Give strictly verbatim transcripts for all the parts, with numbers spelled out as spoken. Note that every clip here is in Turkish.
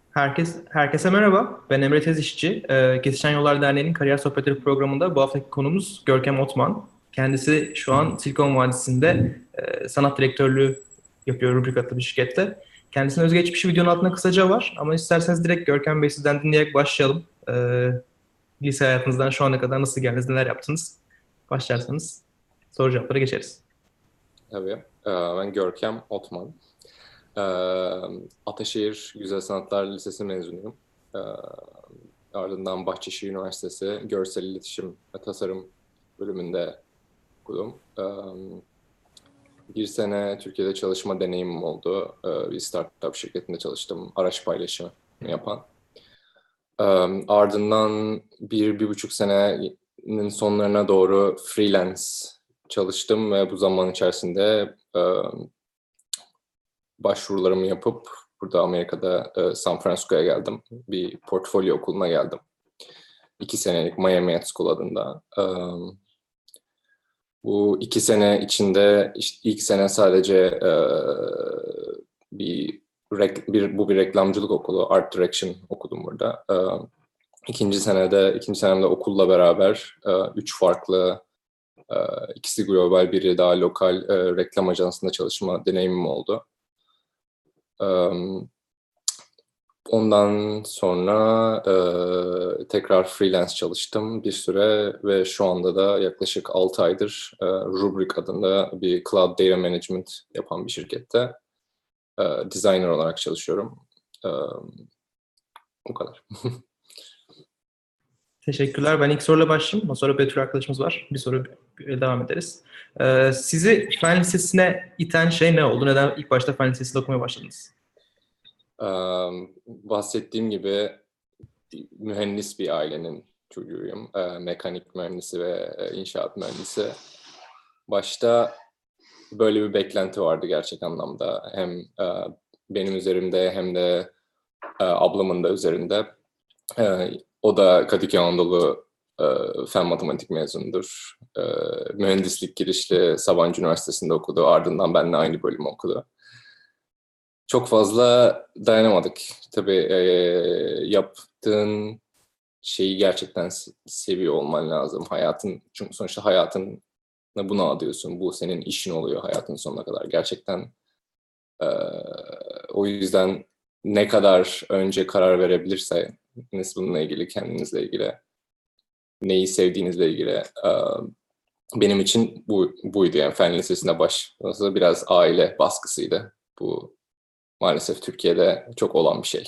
Herkes, herkese merhaba. Ben Emre Tezişçi. Ee, Kesişen Yollar Derneği'nin Kariyer Sohbetleri programında bu haftaki konumuz Görkem Otman. Kendisi şu an Silikon Vadisi'nde e, sanat direktörlüğü yapıyor Rubrik adlı bir şirkette. Kendisinin özgeçmişi videonun altında kısaca var ama isterseniz direkt Görkem Bey sizden dinleyerek başlayalım. Ee, lise hayatınızdan şu ana kadar nasıl geldiniz, neler yaptınız? Başlarsanız soru cevaplara geçeriz. Tabii. Ee, Ben Görkem Otman. Ee, Ataşehir Güzel Sanatlar Lisesi mezunuyum. Ee, Ardından Bahçeşehir Üniversitesi Görsel İletişim ve Tasarım bölümünde okudum. Ee, Bir sene Türkiye'de çalışma deneyimim oldu. Ee, Bir startup şirketinde çalıştım. Araç paylaşımı yapan. Ee, Ardından bir, bir buçuk senenin sonlarına doğru freelance çalıştım ve bu zaman içerisinde e, başvurularımı yapıp burada Amerika'da e, San Francisco'ya geldim. Bir portfolyo okuluna geldim. İki senelik Miami Ed School adında. E, bu iki sene içinde işte ilk sene sadece e, bir, bir bu bir reklamcılık okulu, Art Direction okudum burada. E, ikinci senede, ikinci senemde okulla beraber e, üç farklı, e, ikisi global, biri daha lokal e, reklam ajansında çalışma deneyimim oldu. Um, Ondan sonra e, tekrar freelance çalıştım bir süre ve şu anda da yaklaşık altı aydır e, Rubrik adında bir Cloud Data Management yapan bir şirkette e, designer olarak çalışıyorum. E, O kadar. Teşekkürler. Ben ilk soruyla başlayayım. Ondan sonra Betül arkadaşımız var. Bir soru devam ederiz. Ee, sizi fen lisesine iten şey ne oldu? Neden ilk başta fen lisesinde okumaya başladınız? E, Bahsettiğim gibi mühendis bir ailenin çocuğuyum. E, mekanik mühendisi ve e, inşaat mühendisi. Başta böyle bir beklenti vardı gerçek anlamda. Hem e, benim üzerimde hem de e, ablamın da üzerinde. E, O da Kadıköy Anadolu e, Fen Matematik mezunudur. E, mühendislik girişli Sabancı Üniversitesi'nde okudu. Ardından benimle aynı bölümü okudu. Çok fazla dayanamadık. Tabii e, yaptığın şeyi gerçekten seviyor olman lazım. Hayatın, çünkü sonuçta hayatın buna adıyorsun. Bu senin işin oluyor hayatın sonuna kadar. Gerçekten e, o yüzden ne kadar önce karar verebilirseniz bununla ilgili, kendinizle ilgili, neyi sevdiğinizle ilgili, e, benim için bu buydu yani fen lisesine başlaması biraz aile baskısıydı. Bu maalesef Türkiye'de çok olan bir şey.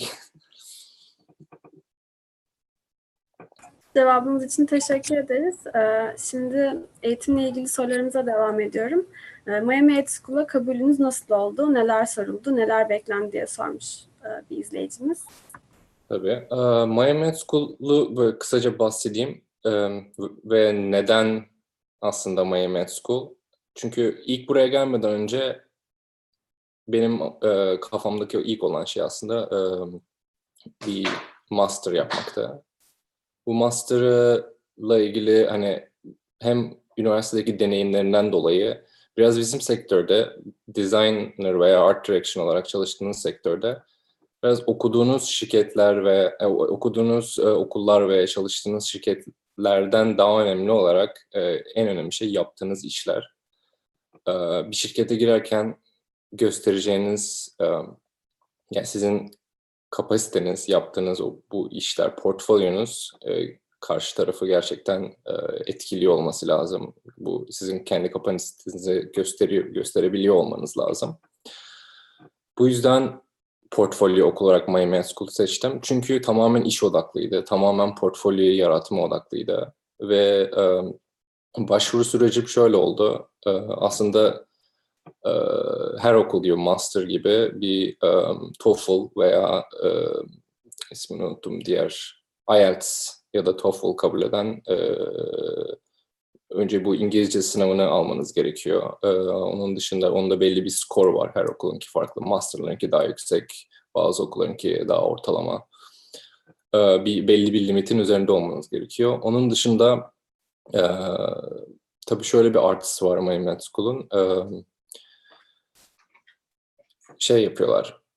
Cevabınız için teşekkür ederiz. Ee, Şimdi eğitimle ilgili sorularımıza devam ediyorum. Ee, Miami Ed School'a kabulünüz nasıl oldu? Neler soruldu? Neler beklendi diye sormuş e, bir izleyicimiz. Tabii. E, Miami Ed School'u böyle kısaca bahsedeyim. E, Ve neden aslında Miami Ed School? Çünkü ilk buraya gelmeden önce benim e, kafamdaki o ilk olan şey aslında e, bir master yapmakta. Bu master'la ilgili hani hem üniversitedeki deneyimlerinden dolayı biraz bizim sektörde designer veya art direction olarak çalıştığınız sektörde biraz okuduğunuz şirketler ve e, okuduğunuz e, okullar ve çalıştığınız şirketlerden daha önemli olarak e, en önemli şey yaptığınız işler. E, Bir şirkete girerken göstereceğiniz e, yani sizin kapasiteniz, yaptığınız o, bu işler, portfolyonuz e, karşı tarafı gerçekten e, etkiliyor olması lazım. Bu sizin kendi kapasitenizi gösteriyor, gösterebiliyor olmanız lazım. Bu yüzden portfolyo okul olarak Miami Ed School seçtim. Çünkü tamamen iş odaklıydı, tamamen portfolyoyu yaratma odaklıydı. Ve e, başvuru sürecim şöyle oldu. E, aslında e, her okul gibi, master gibi bir e, TOEFL veya e, ismini unuttum diğer I E L T S ya da TOEFL kabul eden e, önce bu İngilizce sınavını almanız gerekiyor. E, onun dışında onda belli bir skor var her okulunki farklı. Master'larınki daha yüksek, bazı okullarınki daha ortalama. E, bir belli bir limitin üzerinde olmanız gerekiyor. Onun dışında e, tabii şöyle bir artısı var Miami Ed School'un. E, şey yapıyorlar.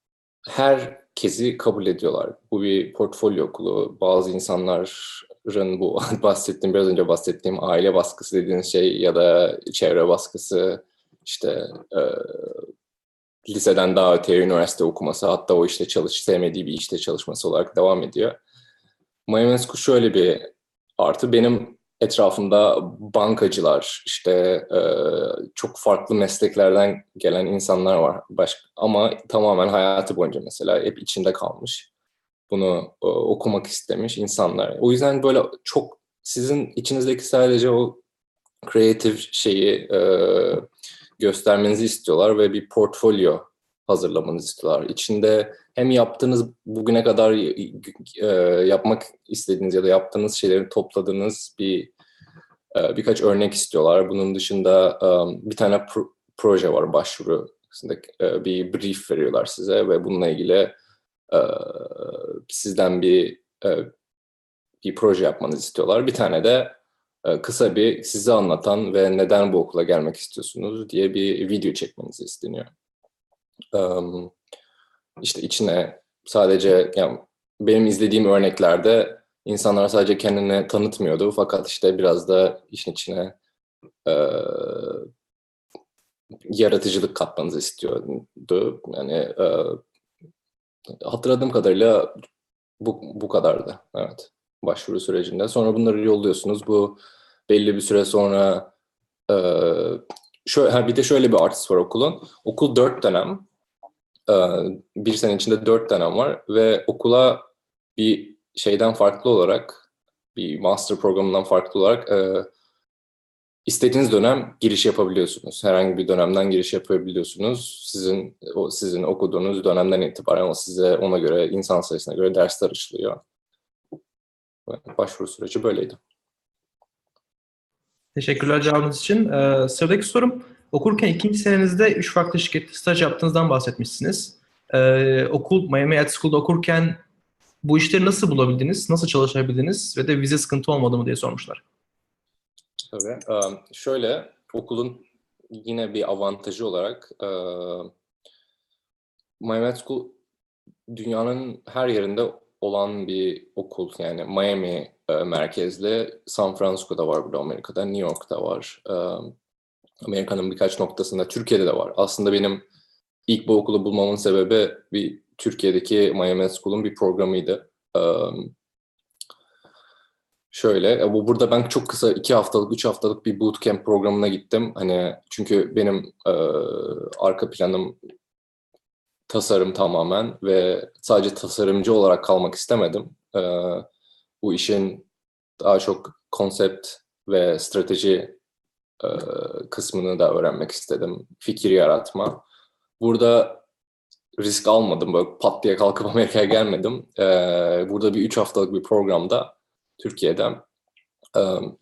herkesi kabul ediyorlar. Bu bir portfolyo okulu. Bazı insanların bu bahsettiğim, biraz önce bahsettiğim aile baskısı dediğiniz şey ya da çevre baskısı, işte e, liseden daha öteye üniversite okuması, hatta o işte çalış, sevmediği bir işte çalışması olarak devam ediyor. Miami School şöyle bir artı. Benim etrafımda bankacılar, işte e, çok farklı mesleklerden gelen insanlar var. Başka, ama tamamen hayatı boyunca mesela hep içinde kalmış. Bunu e, okumak istemiş insanlar. O yüzden böyle çok sizin içinizdeki sadece o kreatif şeyi e, göstermenizi istiyorlar ve bir portfolyo hazırlamanızı istiyorlar. İçinde hem yaptığınız bugüne kadar e, yapmak istediğiniz ya da yaptığınız şeyleri topladığınız bir e, birkaç örnek istiyorlar. Bunun dışında e, bir tane pro- proje var, başvuru. E, bir brief veriyorlar size ve bununla ilgili e, sizden bir e, bir proje yapmanızı istiyorlar. Bir tane de e, kısa bir sizi anlatan ve neden bu okula gelmek istiyorsunuz diye bir video çekmenizi isteniyor. Um, işte içine sadece, yani benim izlediğim örneklerde insanlar sadece kendini tanıtmıyordu, fakat işte biraz da işin içine e, yaratıcılık katmanızı istiyordu. Yani e, hatırladığım kadarıyla bu, bu kadardı. Evet. Başvuru sürecinde. Sonra bunları yolluyorsunuz. Bu belli bir süre sonra e, şöyle, ha, bir de şöyle bir artısı var okulun. Okul dört dönem. E, bir sene içinde dört dönem var ve okula bir şeyden farklı olarak, bir master programından farklı olarak e, istediğiniz dönem giriş yapabiliyorsunuz. Herhangi bir dönemden giriş yapabiliyorsunuz. Sizin o sizin okuduğunuz dönemden itibaren o size ona göre, insan sayısına göre dersler işliyor. Başvuru süreci böyleydi. Teşekkürler cevabınız için. Ee, sıradaki sorum, okurken ikinci senenizde üç farklı şirkette staj yaptığınızdan bahsetmişsiniz. Ee, okul, Miami Ed School'da okurken bu işleri nasıl bulabildiniz, nasıl çalışabildiniz ve de vize sıkıntı olmadı mı diye sormuşlar. Tabii. Um, şöyle, okulun yine bir avantajı olarak uh, Miami Ed School dünyanın her yerinde olan bir okul. Yani Miami e, merkezli, San Francisco'da var burada, Amerika'da, New York'ta var. E, Amerika'nın birkaç noktasında, Türkiye'de de var. Aslında benim ilk bu okulu bulmamın sebebi bir Türkiye'deki Miami Ed School'un bir programıydı. E, şöyle, bu burada ben çok kısa iki haftalık, üç haftalık bir bootcamp programına gittim. Hani çünkü benim e, arka planım tasarım tamamen ve sadece tasarımcı olarak kalmak istemedim. Ee, bu işin daha çok konsept ve strateji e, kısmını da öğrenmek istedim. Fikir yaratma. Burada risk almadım. Böyle pat diye kalkıp Amerika'ya gelmedim. Ee, burada bir üç haftalık bir programda Türkiye'de e,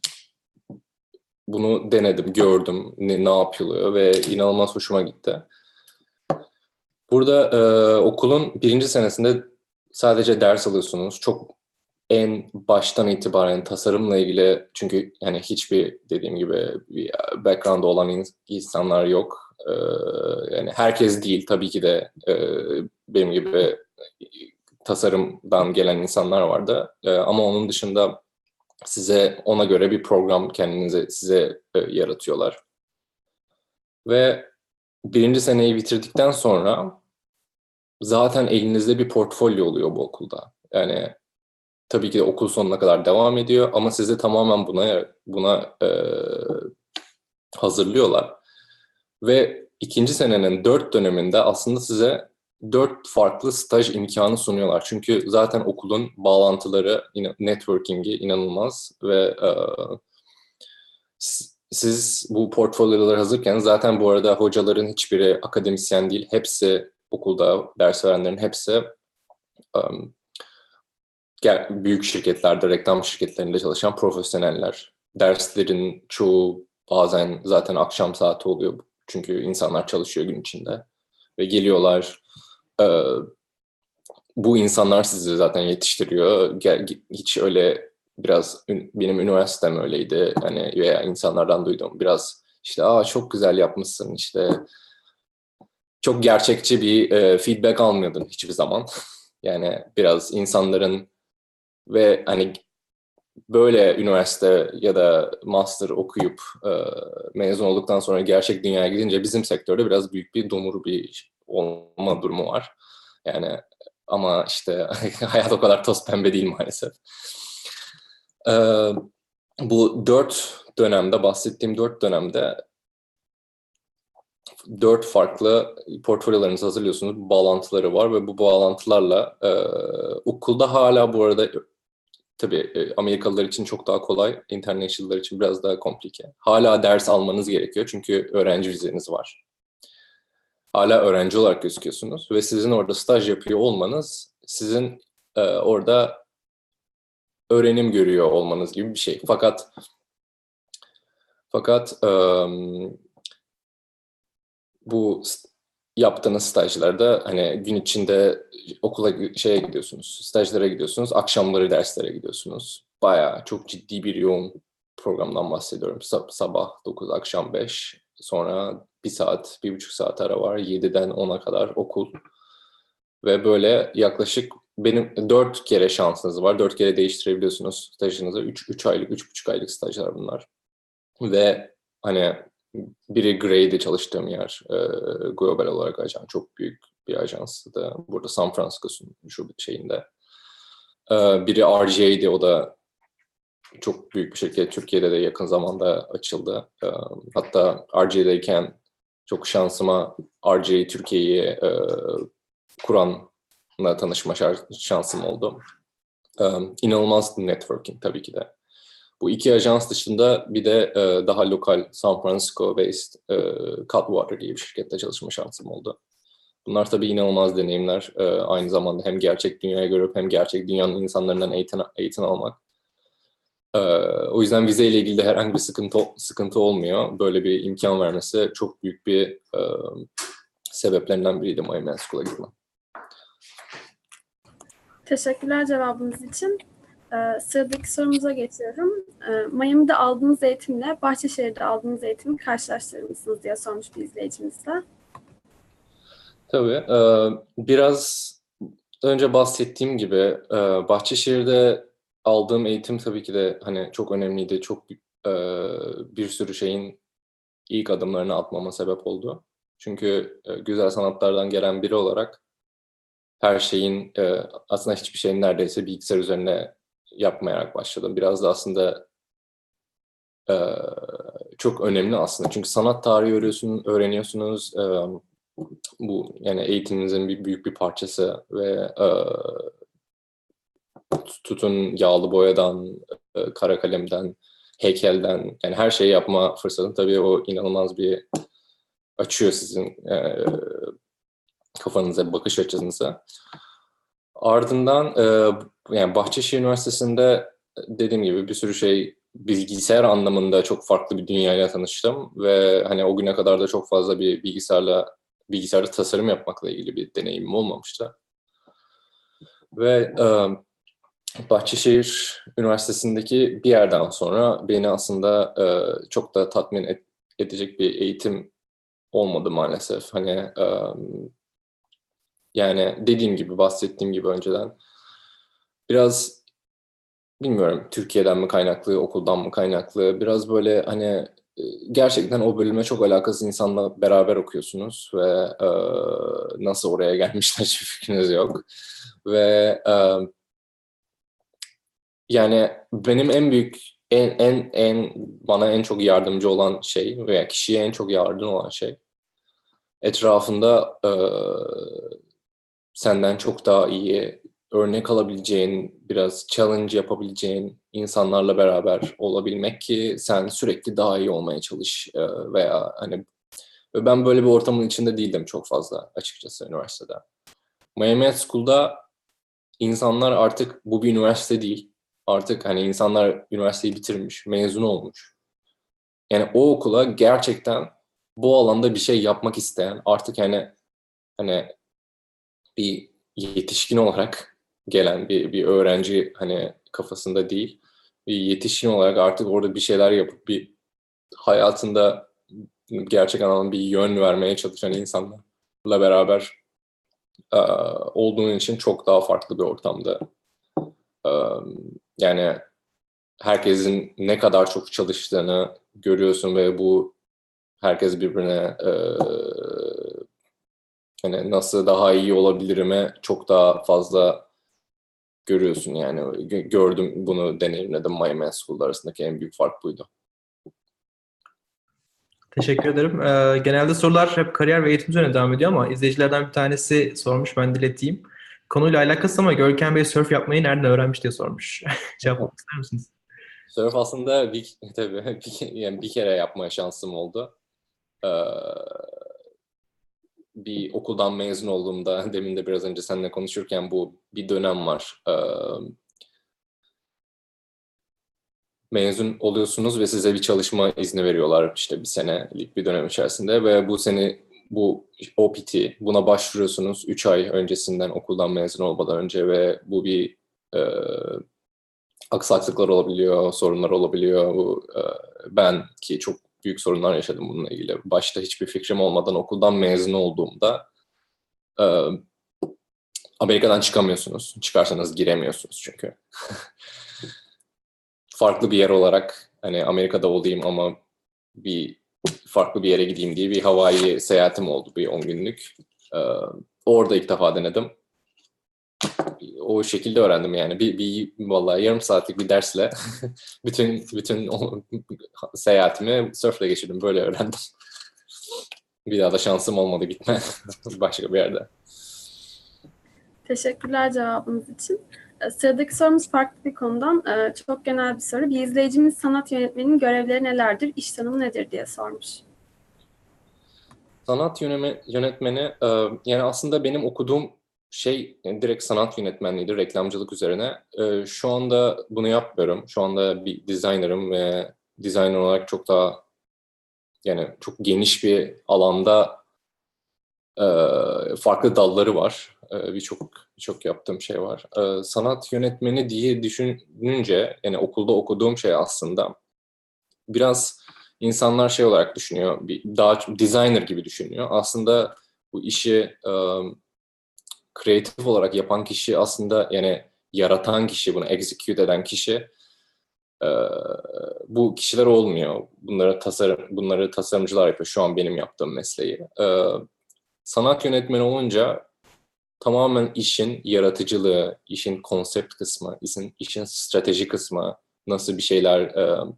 bunu denedim, gördüm ne, ne yapılıyor ve inanılmaz hoşuma gitti. Burada e, okulun birinci senesinde sadece ders alıyorsunuz. Çok en baştan itibaren tasarımla ilgili, çünkü yani hiçbir, dediğim gibi, bir background'da olan insanlar yok. E, yani herkes değil tabii ki de, e, benim gibi tasarımdan gelen insanlar vardı. E, ama onun dışında size ona göre bir program kendinize size e, yaratıyorlar. Ve birinci seneyi bitirdikten sonra zaten elinizde bir portfolyo oluyor bu okulda. Yani tabii ki de okul sonuna kadar devam ediyor ama sizi tamamen buna buna e, hazırlıyorlar. Ve ikinci senenin dört döneminde aslında size dört farklı staj imkanı sunuyorlar. Çünkü zaten okulun bağlantıları, networking'i inanılmaz ve e, siz bu portfolyoları hazırken, zaten bu arada hocaların hiçbiri akademisyen değil. Hepsi, okulda ders verenlerin hepsi um, büyük şirketlerde, reklam şirketlerinde çalışan profesyoneller. Derslerin çoğu bazen zaten akşam saati oluyor. Çünkü insanlar çalışıyor gün içinde. Ve geliyorlar, e, bu insanlar sizi zaten yetiştiriyor. Hiç öyle, biraz benim üniversitem öyleydi. Hani veya insanlardan duydum biraz, işte aa çok güzel yapmışsın, işte çok gerçekçi bir e, feedback almıyordum hiçbir zaman. Yani biraz insanların ve hani böyle üniversite ya da master okuyup e, mezun olduktan sonra gerçek dünyaya gidince bizim sektörde biraz büyük bir domuru bir olma durumu var. Yani ama işte hayat o kadar toz pembe değil maalesef. E, bu dört dönemde, bahsettiğim dört dönemde dört farklı portfolyolarınızı hazırlıyorsunuz. Bağlantıları var ve bu bağlantılarla e, okulda hala bu arada tabii Amerikalılar için çok daha kolay, international'lar için biraz daha komplike. Hala ders almanız gerekiyor çünkü öğrenci vizeniz var. Hala öğrenci olarak gözüküyorsunuz ve sizin orada staj yapıyor olmanız sizin e, orada öğrenim görüyor olmanız gibi bir şey. Fakat fakat um, bu yaptığınız stajlarda hani gün içinde okula şeye gidiyorsunuz, stajlara gidiyorsunuz, akşamları derslere gidiyorsunuz. Bayağı çok ciddi bir yoğun programdan bahsediyorum. Sabah dokuz, akşam beş, sonra bir saat, bir buçuk saat ara var. yediden ona kadar okul. Ve böyle yaklaşık benim dört kere şansınız var. Dört kere değiştirebiliyorsunuz stajınızı. Üç, üç aylık, üç buçuk aylık stajlar bunlar. Ve hani biri Grey'de çalıştığım yer, e, global olarak ajan, çok büyük bir ajansı da burada San Francisco'sun şu şeyinde. E, biri R J'di, o da çok büyük bir şirket, Türkiye'de de yakın zamanda açıldı. E, hatta R J'deyken çok şansıma R J Türkiye'yi e, kuranla tanışma şansım oldu. E, inanılmaz networking tabii ki de. Bu iki ajans dışında bir de e, daha lokal San Francisco based e, Cutwater diye bir şirkette çalışma şansım oldu. Bunlar tabii inanılmaz deneyimler. E, aynı zamanda hem gerçek dünyayı görüp hem gerçek dünyanın insanlarından eğitim, eğitim almak. E, o yüzden vizeyle ilgili de herhangi bir sıkıntı sıkıntı olmuyor. Böyle bir imkan vermesi çok büyük bir e, sebeplerinden biriydi Miami School'a gitmem. Teşekkürler cevabınız için. Ee, sıradaki sorumuza geçiyorum. Ee, Miami'de aldığınız eğitimle Bahçeşehir'de aldığınız eğitimi karşılaştırır mısınız diye sormuş bir izleyicimiz de. Tabii. E, biraz önce bahsettiğim gibi e, Bahçeşehir'de aldığım eğitim tabii ki de hani çok önemliydi. Çok e, bir sürü şeyin ilk adımlarını atmama sebep oldu. Çünkü e, güzel sanatlardan gelen biri olarak her şeyin e, aslında hiçbir şeyin neredeyse bilgisayar üzerine yapmayarak başladım. Biraz da aslında e, çok önemli aslında. Çünkü sanat tarihi öğreniyorsunuz, öğreniyorsunuz. E, bu yani eğitiminizin bir büyük bir parçası ve e, tutun yağlı boyadan, e, kara kalemden, heykelden, yani her şeyi yapma fırsatı tabii o inanılmaz bir açıyor sizin e, kafanıza, bakış açınıza. Ardından e, yani Bahçeşehir Üniversitesi'nde dediğim gibi bir sürü şey bilgisayar anlamında çok farklı bir dünyayla tanıştım ve hani o güne kadar da çok fazla bir bilgisayarla bilgisayarda tasarım yapmakla ilgili bir deneyimim olmamıştı. Ve e, Bahçeşehir Üniversitesi'ndeki bir yerden sonra beni aslında e, çok da tatmin et, edecek bir eğitim olmadı maalesef. Hani e, yani dediğim gibi, bahsettiğim gibi önceden biraz bilmiyorum Türkiye'den mi kaynaklı, okuldan mı kaynaklı, biraz böyle hani e, gerçekten o bölüme çok alakasız insanla beraber okuyorsunuz ve e, nasıl oraya gelmişler hiçbir fikriniz yok. Ve e, yani benim en büyük, en, en, en bana en çok yardımcı olan şey veya kişiye en çok yardım olan şey etrafında e, senden çok daha iyi örnek alabileceğin, biraz challenge yapabileceğin insanlarla beraber olabilmek ki sen sürekli daha iyi olmaya çalış e, veya hani ben böyle bir ortamın içinde değildim çok fazla açıkçası üniversitede. Miami School'da insanlar artık bu bir üniversite değil. Artık hani insanlar üniversiteyi bitirmiş, mezun olmuş. Yani o okula gerçekten bu alanda bir şey yapmak isteyen, artık hani hani bir yetişkin olarak gelen bir bir öğrenci hani kafasında değil, bir yetişkin olarak artık orada bir şeyler yapıp bir hayatında gerçek anlamda bir yön vermeye çalışan insanlar beraber e, olduğun için çok daha farklı bir ortamda. E, yani herkesin ne kadar çok çalıştığını görüyorsun ve bu herkes birbirine e, yani nasıl daha iyi olabilirime çok daha fazla görüyorsun yani. Gördüm, bunu deneyimledim. Miami School arasındaki en büyük fark buydu. Teşekkür ederim. Ee, genelde sorular hep kariyer ve eğitim üzerine devam ediyor ama izleyicilerden bir tanesi sormuş, ben dileteyim. Konuyla alakası ama Görkem Bey surf yapmayı nereden öğrenmiş diye sormuş. Cevaplamak ister misiniz? Surf aslında bir, tabii bir, yani bir kere yapma şansım oldu. Ee, bir okuldan mezun olduğumda, demin de biraz önce seninle konuşurken bu bir dönem var. Ee, mezun oluyorsunuz ve size bir çalışma izni veriyorlar işte bir senelik bir dönem içerisinde ve bu seni bu O P T buna başvuruyorsunuz üç ay öncesinden, okuldan mezun olmadan önce ve bu bir e, aksaklıklar olabiliyor, sorunlar olabiliyor. Bu, e, ben ki çok büyük sorunlar yaşadım bununla ilgili. Başta hiçbir fikrim olmadan okuldan mezun olduğumda e, Amerika'dan çıkamıyorsunuz. Çıkarsanız giremiyorsunuz çünkü. Farklı bir yer olarak hani Amerika'da olayım ama bir farklı bir yere gideyim diye bir Hawaii seyahatim oldu, bir on günlük. Ee, orada ilk defa denedim. O şekilde öğrendim yani. Bir, bir vallahi yarım saatlik bir dersle bütün bütün o, seyahatimi surfle geçirdim. Böyle öğrendim. Bir daha da şansım olmadı gitme başka bir yerde. Teşekkürler cevabınız için. Sıradaki sorumuz farklı bir konudan. Çok genel bir soru. Bir izleyicimiz sanat yönetmeninin görevleri nelerdir, iş tanımı nedir diye sormuş. Sanat yönetmeni, yönetmeni yani aslında benim okuduğum şey yani direkt sanat yönetmenliğidir, reklamcılık üzerine. Şu anda bunu yapmıyorum. Şu anda bir designer'ım ve designer olarak çok daha yani çok geniş bir alanda farklı dalları var. Birçok birçok yaptığım şey var. Sanat yönetmeni diye düşününce yani okulda okuduğum şey aslında biraz insanlar şey olarak düşünüyor, bir daha designer gibi düşünüyor. Aslında bu işi um, kreatif olarak yapan kişi aslında yani yaratan kişi, bunu execute eden kişi uh, bu kişiler olmuyor. Bunları tasarım, bunları tasarımcılar yapıyor. Şu an benim yaptığım mesleği. Uh, sanat yönetmeni olunca tamamen işin yaratıcılığı, işin konsept kısmı, işin, işin strateji kısmı, nasıl bir şeyler uh,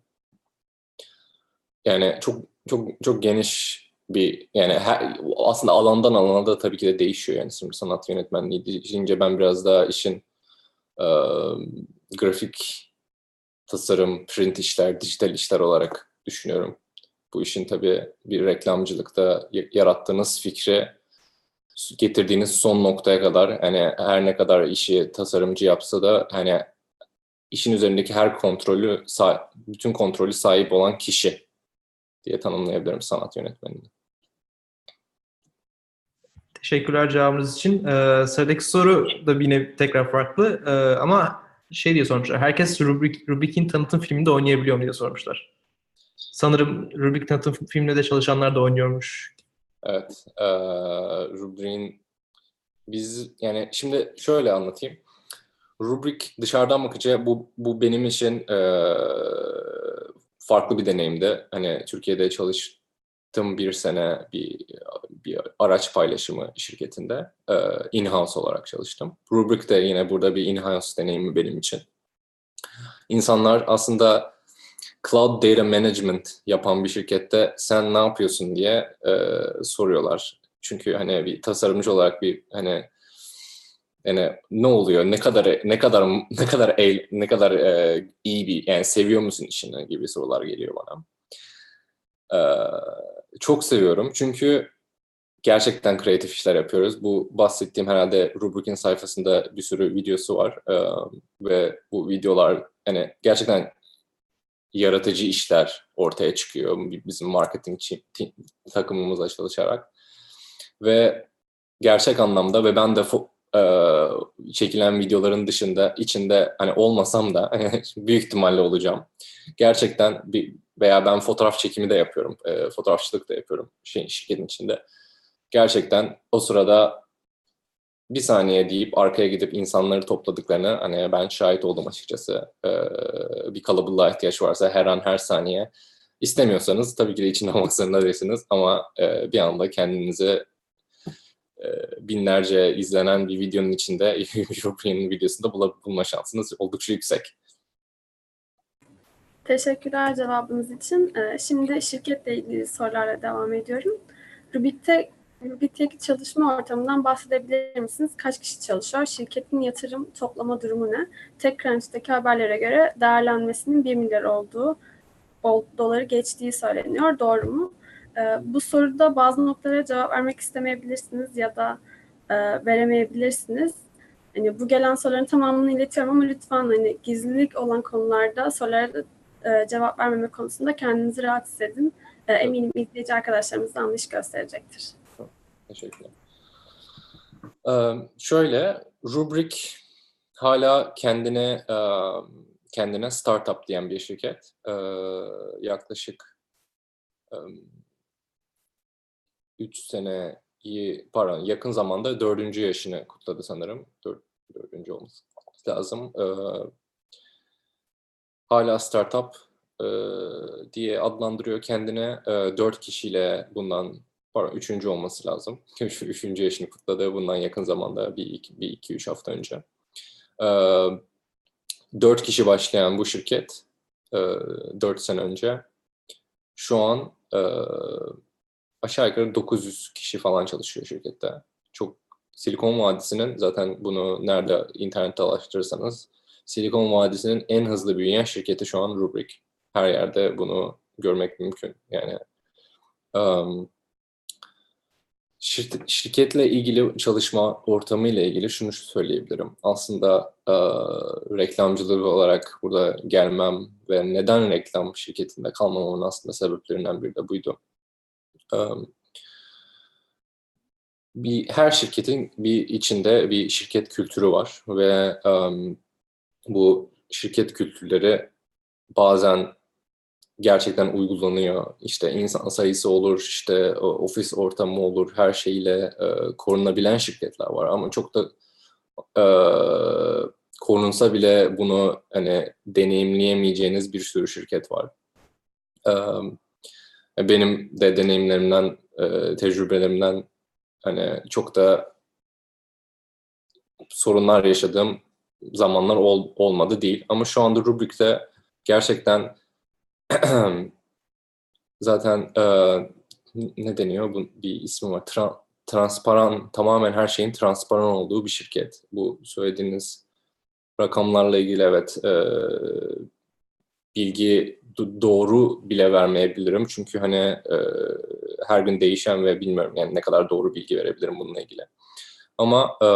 yani çok çok çok geniş bir yani her, aslında alandan alana da tabii ki de değişiyor yani şimdi sanat yönetmenliği deyince ben biraz daha işin e, grafik tasarım, print işler, dijital işler olarak düşünüyorum. Bu işin tabii bir reklamcılıkta yarattığınız fikri getirdiğiniz son noktaya kadar hani her ne kadar işi tasarımcı yapsa da hani işin üzerindeki her kontrolü bütün kontrolü sahip olan kişi diye tanımlayabilirim sanat yönetmenini. Teşekkürler cevabınız için. Ee, sıradaki soru da yine tekrar farklı ee, ama şey diye sormuşlar. Herkes Rubrik, Rubrik'in tanıtım filminde oynayabiliyor mu diye sormuşlar. Sanırım Rubrik tanıtım filminde de çalışanlar da oynuyormuş. Evet. E, Rubrik'in biz yani şimdi şöyle anlatayım. Rubrik dışarıdan bakınca bu bu benim için e, farklı bir deneyimdi. Hani Türkiye'de çalıştım bir sene bir bir araç paylaşımı şirketinde e, in-house olarak çalıştım. Rubrik de yine burada bir in-house deneyimi benim için. İnsanlar aslında cloud data management yapan bir şirkette sen ne yapıyorsun diye e, soruyorlar. Çünkü hani bir tasarımcı olarak bir hani yani ne oluyor? Ne kadar ne kadar ne kadar eğ, ne kadar e, iyi bir yani seviyor musun işini gibi sorular geliyor bana. E, çok seviyorum çünkü gerçekten kreatif işler yapıyoruz. Bu bahsettiğim herhalde Rubrik'in sayfasında bir sürü videosu var e, ve bu videolar hani gerçekten yaratıcı işler ortaya çıkıyor bizim marketing takımımızla çalışarak ve gerçek anlamda ve ben de çekilen videoların dışında içinde hani olmasam da büyük ihtimalle olacağım. Gerçekten bir veya ben fotoğraf çekimi de yapıyorum, fotoğrafçılık da yapıyorum şey, şirketin içinde. gerçekten o sırada bir saniye deyip arkaya gidip insanları topladıklarını hani ben şahit oldum açıkçası. Ee, bir kalabalığa ihtiyaç varsa her an her saniye. İstemiyorsanız tabii ki de içinde olmak zorunda değilsiniz ama e, bir anda kendinizi e, binlerce izlenen bir videonun içinde European videosunda bulma şansınız oldukça yüksek. Teşekkürler cevabınız için. Ee, Şimdi şirketle ilgili sorularla devam ediyorum. Rubik'te Rubik'teki çalışma ortamından bahsedebilir misiniz? Kaç kişi çalışıyor? Şirketin yatırım toplama durumu ne? TechCrunch'taki haberlere göre değerlenmesinin bir milyar olduğu, doları geçtiği söyleniyor. Doğru mu? Ee, bu soruda bazı noktalara cevap vermek istemeyebilirsiniz ya da e, veremeyebilirsiniz. Hani bu gelen soruların tamamını iletiyorum ama lütfen hani gizlilik olan konularda sorulara da e, cevap vermeme konusunda kendinizi rahat hissedin. E, eminim izleyici arkadaşlarımız da anlayış gösterecektir. Teşekkürler. Ee, şöyle, Rubrik hala kendine e, kendine startup diyen bir şirket. Ee, yaklaşık üç seneyi, pardon, yakın zamanda dördüncü yaşını kutladı sanırım. Dört, dördüncü olması lazım. Ee, hala startup e, diye adlandırıyor kendine. E, dört kişiyle bundan, pardon, üçüncü olması lazım. Şu üçüncü yaşını kutladı bundan yakın zamanda, bir iki, bir iki üç hafta önce. E, dört kişi başlayan bu şirket, e, dört sene önce, şu an e, aşağı yukarı dokuz yüz kişi falan çalışıyor şirkette. Çok, Silikon Vadisi'nin, zaten bunu nerede internette araştırırsanız, Silikon Vadisi'nin en hızlı büyüyen şirketi şu an Rubrik. Her yerde bunu görmek mümkün. Yani um, şir- şirketle ilgili, çalışma ortamı ile ilgili şunu söyleyebilirim. Aslında uh, reklamcılığı olarak burada gelmem ve neden reklam şirketinde kalmamamın aslında sebeplerinden biri de buydu. Um, bir her şirketin bir içinde bir şirket kültürü var ve um, bu şirket kültürleri bazen gerçekten uygulanıyor. İşte insan sayısı olur, işte ofis ortamı olur, her şeyle e, korunabilen şirketler var ama çok da e, korunsa bile bunu hani deneyimleyemeyeceğiniz bir sürü şirket var. E, benim de deneyimlerimden, e, tecrübelerimden hani çok da sorunlar yaşadığım zamanlar ol, olmadı değil. Ama şu anda Rubrik'te gerçekten zaten e, ne deniyor? Bu bir ismi var. Tra- transparan, tamamen her şeyin transparan olduğu bir şirket. Bu söylediğiniz rakamlarla ilgili evet e, bilgi do- doğru bile vermeyebilirim. Çünkü hani e, her gün değişen ve bilmiyorum yani ne kadar doğru bilgi verebilirim bununla ilgili. Ama e,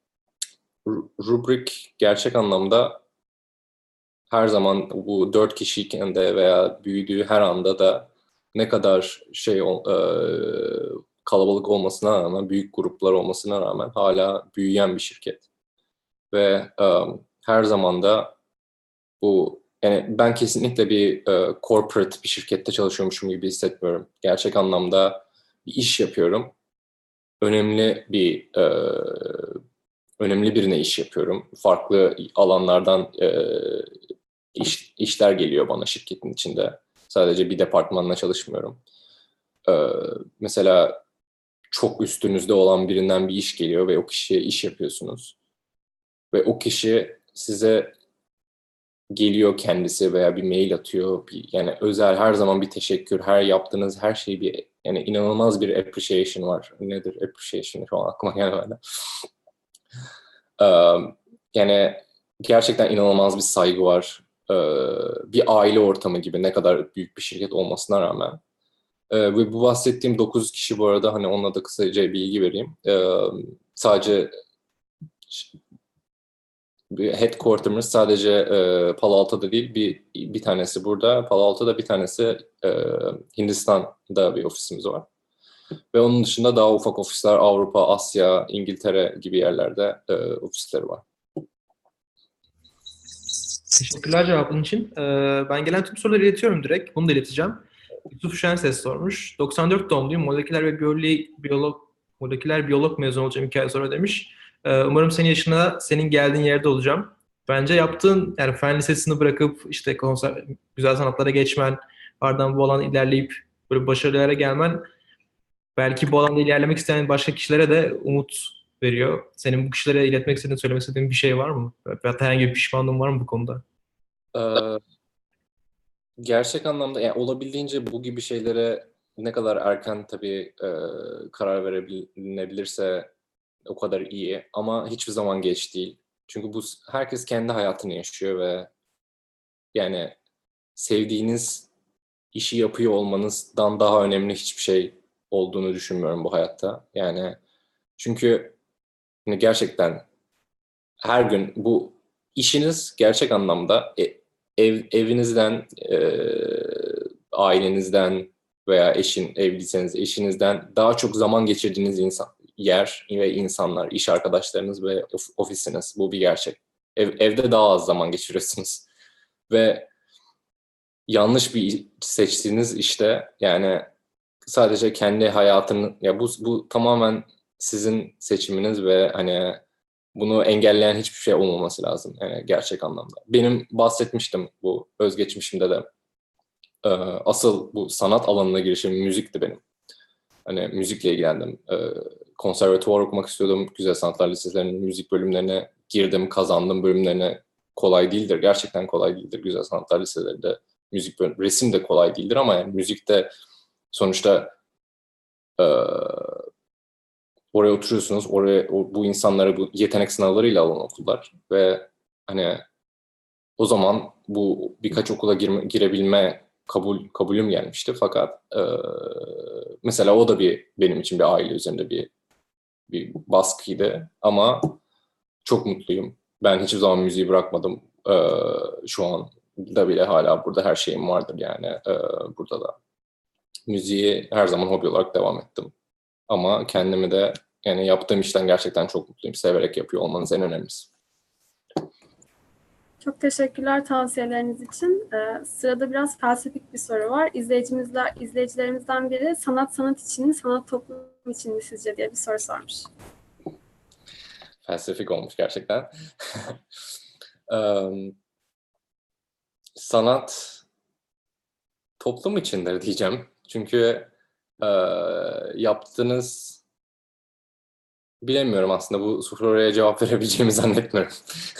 Rubrik gerçek anlamda her zaman bu dört kişiyken de veya büyüdüğü her anda da ne kadar şey e, kalabalık olmasına rağmen, büyük gruplar olmasına rağmen hala büyüyen bir şirket. Ve e, her zaman da bu, yani ben kesinlikle bir e, corporate bir şirkette çalışıyormuşum gibi hissetmiyorum. Gerçek anlamda bir iş yapıyorum. Önemli bir e, önemli birine iş yapıyorum. Farklı alanlardan e, iş, işler geliyor bana şirketin içinde. Sadece bir departmanla çalışmıyorum. Ee, mesela çok üstünüzde olan birinden bir iş geliyor ve o kişiye iş yapıyorsunuz. Ve o kişi size geliyor kendisi veya bir mail atıyor. Bir, yani özel, her zaman bir teşekkür, her yaptığınız her şey bir, yani inanılmaz bir appreciation var. Nedir appreciation? Şu an aklıma gelmedi. Ee, yani gerçekten inanılmaz bir saygı var. Ee, bir aile ortamı gibi, ne kadar büyük bir şirket olmasına rağmen. Ee, ve bu bahsettiğim dokuz kişi bu arada, hani onunla da kısaca bilgi vereyim. Ee, sadece headquarter'ımız sadece e, Palo Alto'da değil, bir bir tanesi burada, Palo Alto'da, bir tanesi e, Hindistan'da bir ofisimiz var. Ve onun dışında daha ufak ofisler Avrupa, Asya, İngiltere gibi yerlerde e, ofisleri var. Teşekkürler cevabın için. Ee, ben gelen tüm soruları iletiyorum direkt. Bunu da ileteceğim. Yusuf Şenses sormuş. doksan dört doğumluyum. Moleküler ve biyoloji, biyolog, Moleküler biyolog mezun olacağım iki ay sonra demiş. Ee, umarım senin yaşına, senin geldiğin yerde olacağım. Bence yaptığın, yani fen lisesini bırakıp işte konser, güzel sanatlara geçmen, ardından bu alanda ilerleyip böyle başarılara gelmen belki bu alanda ilerlemek isteyen başka kişilere de umut veriyor. Senin bu kişilere iletmek istediğin, söylemek istediğin bir şey var mı? Veyahut herhangi bir pişmanlığın var mı bu konuda? Ee, gerçek anlamda yani olabildiğince bu gibi şeylere ne kadar erken tabii e, karar verebilebilirse o kadar iyi ama hiçbir zaman geç değil. Çünkü bu herkes kendi hayatını yaşıyor ve yani sevdiğiniz işi yapıyor olmanızdan daha önemli hiçbir şey olduğunu düşünmüyorum bu hayatta. Yani çünkü yani gerçekten her gün bu işiniz gerçek anlamda e- ev evinizden, e, ailenizden veya eşin evliyseniz eşinizden daha çok zaman geçirdiğiniz insan yer ve insanlar, iş arkadaşlarınız ve of- ofisiniz. Bu bir gerçek. Ev, evde daha az zaman geçiriyorsunuz ve yanlış bir seçtiğiniz işte yani sadece kendi hayatını ya bu bu tamamen sizin seçiminiz ve hani bunu engelleyen hiçbir şey olmaması lazım yani gerçek anlamda. Benim bahsetmiştim bu özgeçmişimde de e, asıl bu sanat alanına girişim müzikti benim. Hani müzikle ilgilendim. E, konservatuvar okumak istiyordum. Güzel Sanatlar Lisesi'nin müzik bölümlerine girdim, kazandım bölümlerine. Kolay değildir. Gerçekten kolay değildir. Güzel Sanatlar Liselerinde müzik bölüm, resim de kolay değildir ama yani müzikte sonuçta e, oraya oturuyorsunuz. Oraya o, bu insanları bu yetenek sınavlarıyla alan okullar ve hani o zaman bu birkaç okula girme, girebilme kabul kabulüm gelmişti. Fakat e, mesela o da bir benim için bir aile üzerinde bir bir baskıydı ama çok mutluyum. Ben hiçbir zaman müziği bırakmadım. E, şu an da bile hala burada her şeyim vardır yani e, burada da. Müziği her zaman hobi olarak devam ettim. Ama kendimi de yani yaptığım işten gerçekten çok mutluyum. Severek yapıyor olmanız en önemlisi. Çok teşekkürler tavsiyeleriniz için. Ee, sırada biraz felsefik bir soru var. İzleyicimizler, izleyicilerimizden biri sanat sanat için mi, sanat toplum için mi sizce diye bir soru sormuş. Felsefik olmuş gerçekten. um, sanat toplum içindir diyeceğim. Çünkü e, yaptığınız bilemiyorum aslında bu soruya cevap verebileceğimi zannetmiyorum.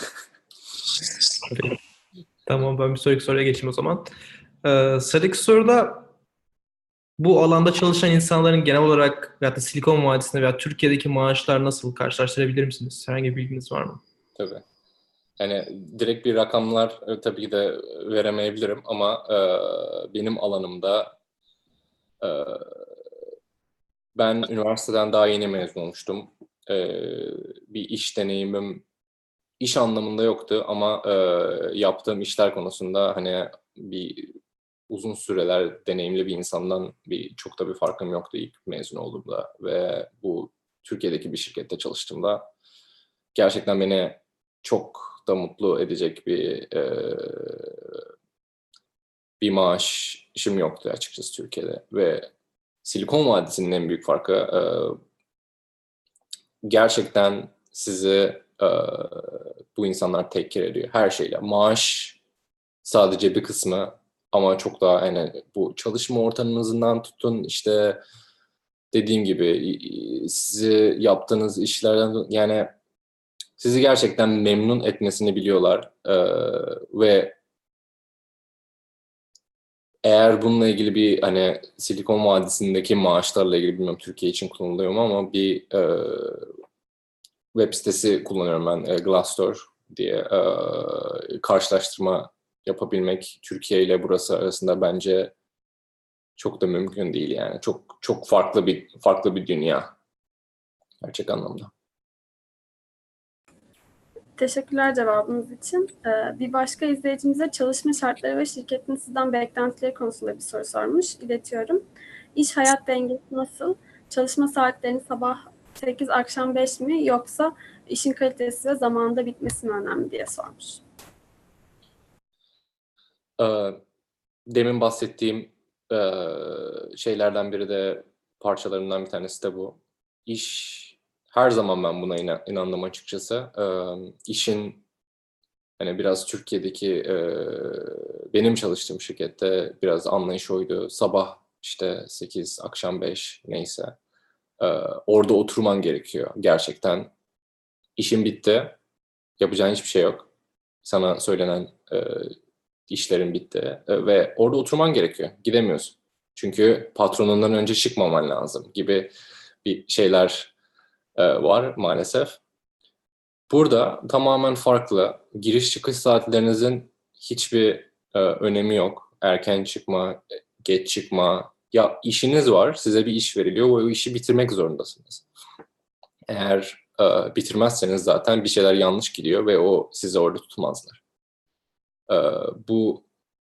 Tamam, ben bir sonraki soruya geçeyim o zaman. Ee, sıradaki soruda bu alanda çalışan insanların genel olarak veyahut da Silikon Vadisi'nde veya Türkiye'deki maaşlar nasıl, karşılaştırabilir misiniz? Herhangi bir bilginiz var mı? Tabii. Yani direkt bir rakamlar e, tabii ki de veremeyebilirim ama e, benim alanımda e, ben üniversiteden daha yeni mezun olmuştum. E, bir iş deneyimim iş anlamında yoktu ama e, yaptığım işler konusunda hani bir uzun süreler deneyimli bir insandan bir çok da bir farkım yoktu ilk mezun olduğumda ve bu Türkiye'deki bir şirkette çalıştığımda gerçekten beni çok da mutlu edecek bir e, bir maaşım yoktu açıkçası Türkiye'de ve Silikon Vadisi'nin en büyük farkı e, gerçekten sizi e, bu insanlar take care ediyor her şeyle. Maaş sadece bir kısmı ama çok daha yani bu çalışma ortamınızdan tutun işte dediğim gibi sizi yaptığınız işlerden yani sizi gerçekten memnun etmesini biliyorlar ee, ve eğer bununla ilgili bir hani Silikon Vadisi'ndeki maaşlarla ilgili bilmiyorum Türkiye için kullanılıyor mu ama bir e, web sitesi kullanıyorum ben e, Glassdoor diye e, karşılaştırma yapabilmek Türkiye ile burası arasında bence çok da mümkün değil yani. Çok çok farklı bir farklı bir dünya gerçek anlamda. Teşekkürler cevabınız için. Ee, bir başka izleyicimize çalışma şartları ve şirketin sizden beklentileri konusunda bir soru sormuş. İletiyorum. İş hayat dengesi nasıl? Çalışma saatlerini sabah sekiz akşam beş mi yoksa işin kalitesi ve zamanında bitmesi mi önemli diye sormuş. Ee, demin bahsettiğim e, şeylerden biri de parçalarından bir tanesi de bu. iş, her zaman ben buna inan, inandım açıkçası. E, işin hani biraz Türkiye'deki e, benim çalıştığım şirkette biraz anlayış oydu. Sabah işte sekiz, akşam beş neyse. E, orada oturman gerekiyor gerçekten. İşin bitti. Yapacağın hiçbir şey yok. Sana söylenen e, işlerin bitti E, ve orada oturman gerekiyor. Gidemiyorsun. Çünkü patronundan önce çıkmaman lazım gibi bir şeyler e, var maalesef. Burada tamamen farklı. Giriş çıkış saatlerinizin hiçbir e, önemi yok. Erken çıkma, geç çıkma. Ya işiniz var, size bir iş veriliyor ve o işi bitirmek zorundasınız. Eğer e, bitirmezseniz zaten bir şeyler yanlış gidiyor ve o sizi orada tutmazlar. E, bu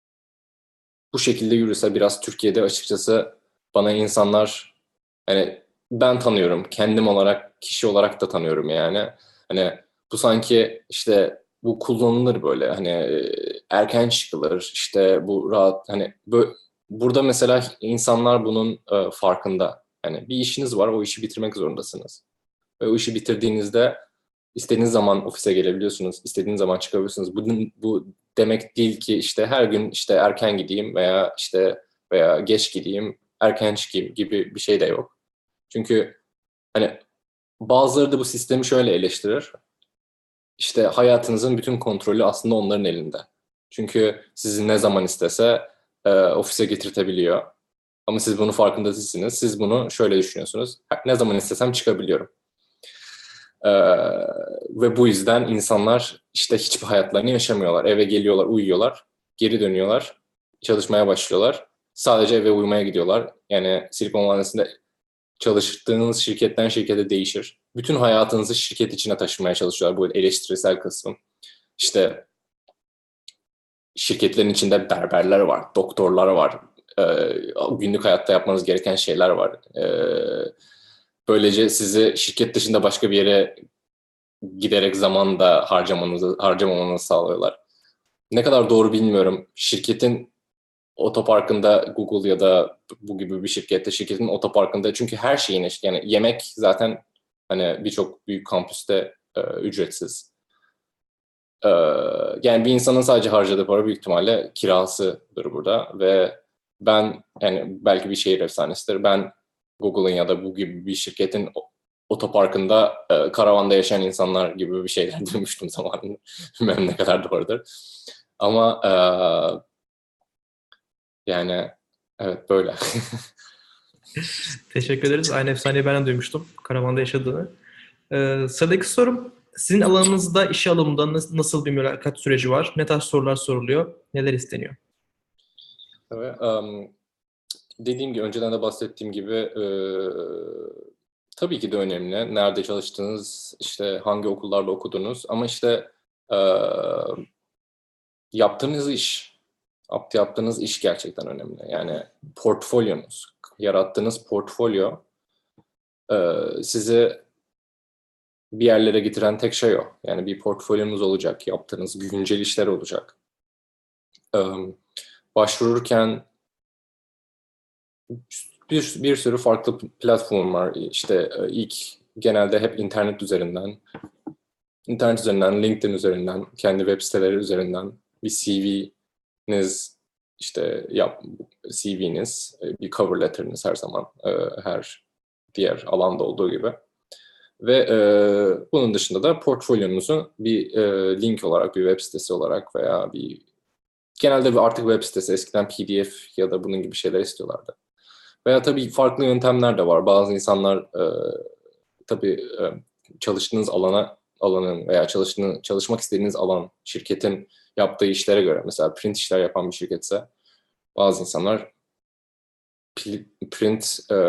bu şekilde yürüse biraz Türkiye'de açıkçası bana insanlar, hani ben tanıyorum, kendim olarak, kişi olarak da tanıyorum yani. Hani bu sanki işte bu kullanılır böyle, hani e, erken çıkılır, işte bu rahat, hani böyle, burada mesela insanlar bunun e, farkında. Yani bir işiniz var, o işi bitirmek zorundasınız. Ve o işi bitirdiğinizde istediğiniz zaman ofise gelebiliyorsunuz, istediğiniz zaman çıkabiliyorsunuz. Bu, bu demek değil ki işte her gün işte erken gideyim veya işte veya geç gideyim, erken çıkayım gibi bir şey de yok. Çünkü hani bazıları da bu sistemi şöyle eleştirir. İşte hayatınızın bütün kontrolü aslında onların elinde. Çünkü sizi ne zaman istese e, ofise getirtebiliyor. Ama siz bunun farkında değilsiniz. Siz bunu şöyle düşünüyorsunuz. Ne zaman istesem çıkabiliyorum. Ee, ve bu yüzden insanlar işte hiçbir hayatlarını yaşamıyorlar. Eve geliyorlar, uyuyorlar, geri dönüyorlar, çalışmaya başlıyorlar. Sadece eve uyumaya gidiyorlar. Yani Silikon Vadisi'nde çalıştığınız şirketten şirkete değişir. Bütün hayatınızı şirket içine taşımaya çalışıyorlar. Bu eleştirisel kısmı. İşte şirketlerin içinde berberler var, doktorlar var, e, günlük hayatta yapmanız gereken şeyler var. E, böylece sizi şirket dışında başka bir yere giderek zaman da harcamanızı, harcamamanızı sağlıyorlar. Ne kadar doğru bilmiyorum. Şirketin otoparkında, Google ya da bu gibi bir şirkette, şirketin otoparkında, çünkü her şeyin, yani yemek zaten hani birçok büyük kampüste e, ücretsiz. E, yani bir insanın sadece harcadığı para büyük ihtimalle kirasıdır burada ve ben, yani belki bir şehir efsanesidir. Ben Google'ın ya da bu gibi bir şirketin otoparkında e, karavanda yaşayan insanlar gibi bir şeyler duymuştum zamanında. Bilmem ne kadar doğrudur. Ama e, yani evet böyle. Teşekkür ederiz. Aynı efsaneyi ben de duymuştum. Karavanda yaşadığını. Ee, sıradaki sorum, sizin alanınızda işe alımda nasıl bir mülakat süreci var? Ne tarz sorular soruluyor? Neler isteniyor? Evet, um, dediğim gibi, önceden de bahsettiğim gibi e, tabii ki de önemli. Nerede çalıştınız, işte hangi okullarda okudunuz, ama işte e, yaptığınız iş, yaptığınız iş gerçekten önemli. Yani portfolyonuz, yarattığınız portfolyo e, sizi bir yerlere getiren tek şey o. Yani bir portfolyonuz olacak, yaptığınız güncel işler olacak. E, başvururken bir, bir sürü farklı platform var. İşte ilk genelde hep internet üzerinden, internet üzerinden, LinkedIn üzerinden, kendi web siteleri üzerinden bir C V'niz, işte yap, C V'niz, bir cover letter'ınız her zaman, her diğer alanda olduğu gibi. Ve e, bunun dışında da portfolyonuzu bir e, link olarak, bir web sitesi olarak veya bir, genelde bir artık web sitesi, eskiden P D F ya da bunun gibi şeyler istiyorlardı. Veya tabii farklı yöntemler de var. Bazı insanlar e, tabii e, çalıştığınız alana, alanın veya çalıştığınız, çalışmak istediğiniz alan, şirketin yaptığı işlere göre, mesela print işler yapan bir şirketse, bazı insanlar print e,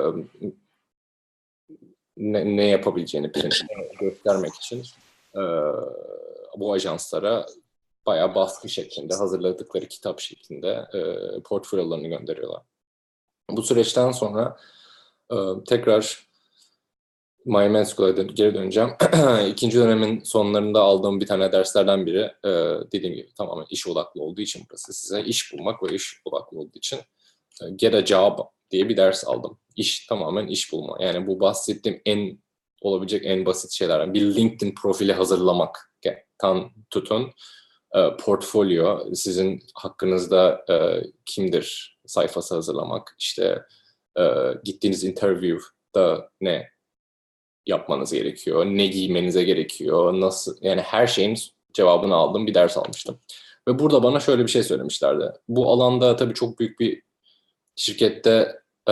ne, ne yapabileceğini print göstermek için e, bu ajanslara bayağı baskı şeklinde, hazırladıkları kitap şeklinde e, portfolyolarını gönderiyorlar. Bu süreçten sonra e, tekrar My Med School'a dön- geri döneceğim. İkinci dönemin sonlarında aldığım bir tane derslerden biri, e, dediğim gibi tamamen iş odaklı olduğu için, burası size iş bulmak ve iş odaklı olduğu için e, get a job diye bir ders aldım. İş, tamamen iş bulma. Yani bu bahsettiğim en olabilecek en basit şeyler. Bir LinkedIn profili hazırlamak tan tutun. E, portfolyo, sizin hakkınızda e, kimdir sayfası hazırlamak. İşte e, gittiğiniz interview'da ne yapmanız gerekiyor, ne giymenize gerekiyor, nasıl, yani her şeyin cevabını aldığım bir ders almıştım. Ve burada bana şöyle bir şey söylemişlerdi. Bu alanda tabii çok büyük bir şirkette e,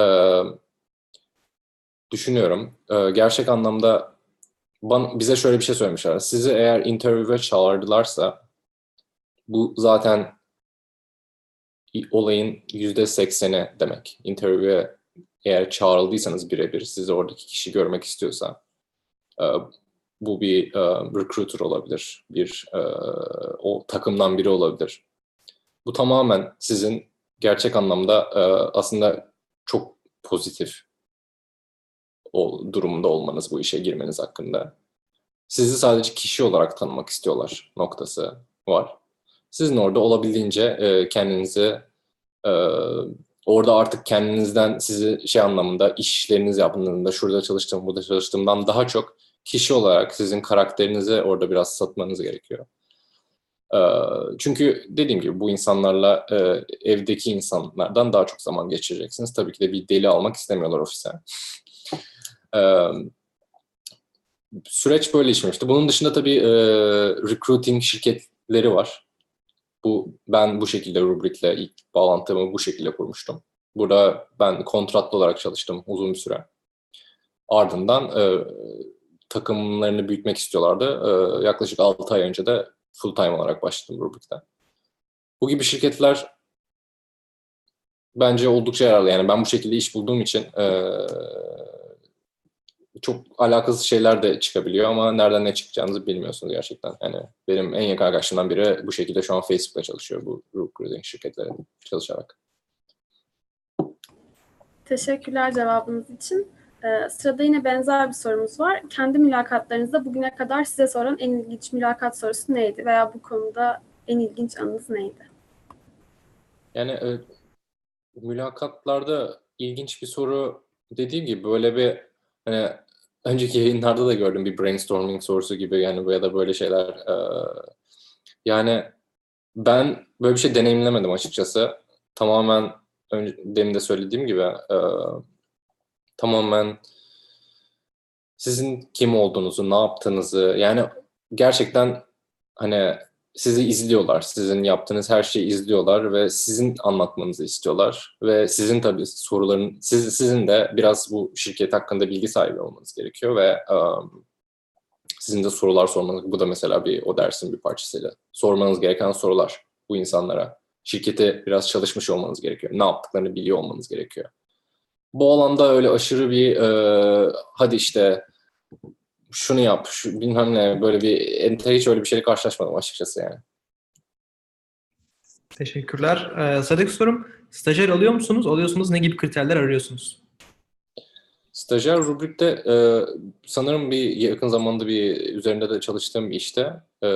düşünüyorum. E, gerçek anlamda bana, bize şöyle bir şey söylemişler. Sizi eğer interview'e çağırdılarsa bu zaten olayın yüzde sekseni demek. Interview'e eğer çağrıldıysanız birebir, sizi oradaki kişi görmek istiyorsa, e, bu bir e, recruiter olabilir, bir e, o takımdan biri olabilir. Bu tamamen sizin gerçek anlamda e, aslında çok pozitif o durumda olmanız, bu işe girmeniz hakkında. Sizi sadece kişi olarak tanımak istiyorlar noktası var. Sizin orada olabildiğince e, kendinizi e, orada artık kendinizden sizi şey anlamında işleriniz yaptığında şurada çalıştığım, burada çalıştığımdan daha çok kişi olarak sizin karakterinizi orada biraz satmanız gerekiyor. E, çünkü dediğim gibi bu insanlarla e, evdeki insanlardan daha çok zaman geçireceksiniz. Tabii ki de bir deli almak istemiyorlar ofise. E, süreç böyle işlemişti. Bunun dışında tabii e, recruiting şirketleri var. Bu, ben bu şekilde Rubrik'le ilk bağlantımı bu şekilde kurmuştum. Burada ben kontratlı olarak çalıştım uzun bir süre. Ardından e, takımlarını büyütmek istiyorlardı. E, yaklaşık altı ay önce de full time olarak başladım Rubrik'te. Bu gibi şirketler bence oldukça yararlı. Yani ben bu şekilde iş bulduğum için e, çok alakasız şeyler de çıkabiliyor ama nereden ne çıkacağınızı bilmiyorsunuz gerçekten. Yani benim en yakın arkadaşımdan biri bu şekilde şu an Facebook'ta çalışıyor, bu recruiting şirketleri çalışarak. Teşekkürler cevabınız için. Ee, sırada yine benzer bir sorumuz var. Kendi mülakatlarınızda bugüne kadar size soran en ilginç mülakat sorusu neydi? Veya bu konuda en ilginç anınız neydi? Yani e, mülakatlarda ilginç bir soru, dediğim gibi böyle bir hani önceki yayınlarda da gördüm bir brainstorming sorusu gibi, yani ya da böyle şeyler. E, yani ben böyle bir şey deneyimlemedim açıkçası. Tamamen önce, demin de söylediğim gibi e, tamamen sizin kim olduğunuzu, ne yaptığınızı, yani gerçekten hani sizi izliyorlar. Sizin yaptığınız her şeyi izliyorlar ve sizin anlatmanızı istiyorlar. Ve sizin tabii soruların, siz, sizin de biraz bu şirket hakkında bilgi sahibi olmanız gerekiyor ve um, sizin de sorular sormanız, bu da mesela bir o dersin bir parçasıyla. Sormanız gereken sorular bu insanlara. Şirkete biraz çalışmış olmanız gerekiyor. Ne yaptıklarını biliyor olmanız gerekiyor. Bu alanda öyle aşırı bir e, hadi işte şunu yap, şu, bilmem ne, böyle bir ente hiç öyle bir şeyle karşılaşmadım açıkçası yani. Teşekkürler. Ee, sıradaki sorum, stajyer alıyor musunuz? Alıyorsunuz, ne gibi kriterler arıyorsunuz? Stajyer Rubrik'te e, sanırım bir yakın zamanda bir üzerinde de çalıştığım bir işte e,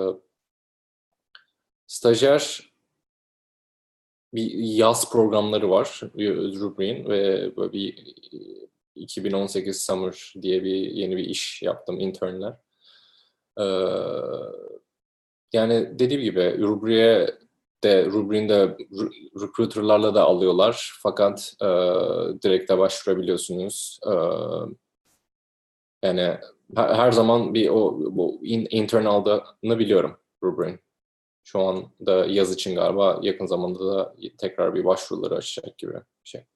stajyer bir yaz programları var Rubrik'in ve böyle bir iki bin on sekiz Summer diye bir yeni bir iş yaptım internler. E, yani dediğim gibi Rubrik'e de Rubrik'in de recruiterlarla da alıyorlar fakat e, direkt de başvurabiliyorsunuz. E, yani her, her zaman bir o bu in, intern aldığını biliyorum Rubrik'in. Şu anda yaz için galiba yakın zamanda da tekrar bir başvuruları açacak gibi bir şey.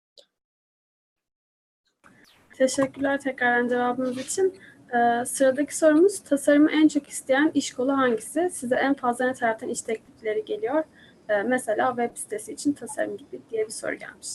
Teşekkürler tekrardan cevabınız için. Ee, sıradaki sorumuz, tasarımı en çok isteyen iş kolu hangisi? Size en fazla ne taraftan iş teklifleri geliyor? Ee, mesela web sitesi için tasarım gibi diye bir soru gelmiş.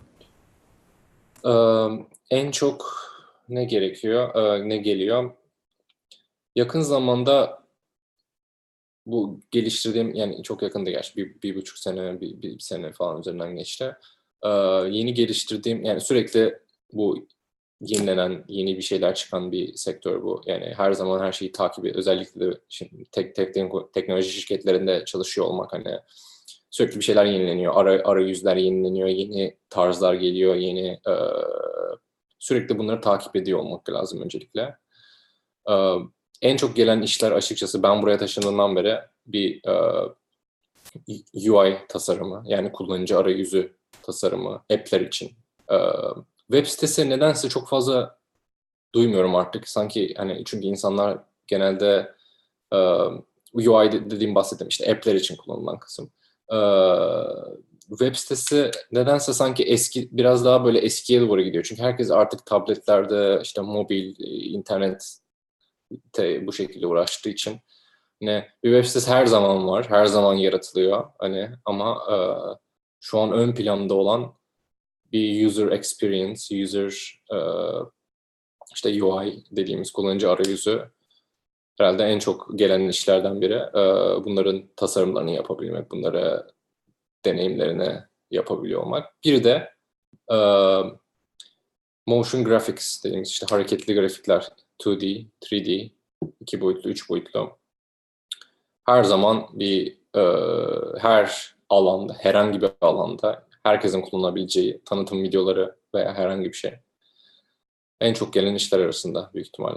Ee, en çok ne gerekiyor, ee, ne geliyor? Yakın zamanda bu geliştirdiğim, yani çok yakında gerçi bir, bir buçuk sene, bir, bir sene falan üzerinden geçti. Ee, yeni geliştirdiğim, yani sürekli bu yenilenen, yeni bir şeyler çıkan bir sektör bu. Yani her zaman her şeyi takip ediyor. Özellikle de şimdi tek tek teknoloji şirketlerinde çalışıyor olmak, hani sürekli bir şeyler yenileniyor, ara, arayüzler yenileniyor, yeni tarzlar geliyor, yeni e, sürekli bunları takip ediyor olmak lazım öncelikle. E, en çok gelen işler açıkçası ben buraya taşındığımdan beri bir e, U I tasarımı, yani kullanıcı arayüzü tasarımı, app'ler için. E, web sitesi nedense çok fazla duymuyorum artık. Sanki hani çünkü insanlar genelde e, U I dediğim bahsettiğim işte app'ler için kullanılan kısım. E, web sitesi nedense sanki eski, biraz daha böyle eskiye doğru gidiyor. Çünkü herkes artık tabletlerde işte mobil, internet bu şekilde uğraştığı için ne bir web sitesi her zaman var, her zaman yaratılıyor. Hani ama e, şu an ön planda olan bir user experience, user e, işte U I dediğimiz kullanıcı arayüzü herhalde en çok gelen işlerden biri. E, bunların tasarımlarını yapabilmek, bunları deneyimlerini yapabiliyor olmak. Bir de e, motion graphics dediğimiz işte hareketli grafikler, iki D, üç D, iki boyutlu, üç boyutlu. Her zaman bir e, her alanda, herhangi bir alanda herkesin kullanabileceği tanıtım videoları veya herhangi bir şey. En çok gelen işler arasında büyük ihtimalle.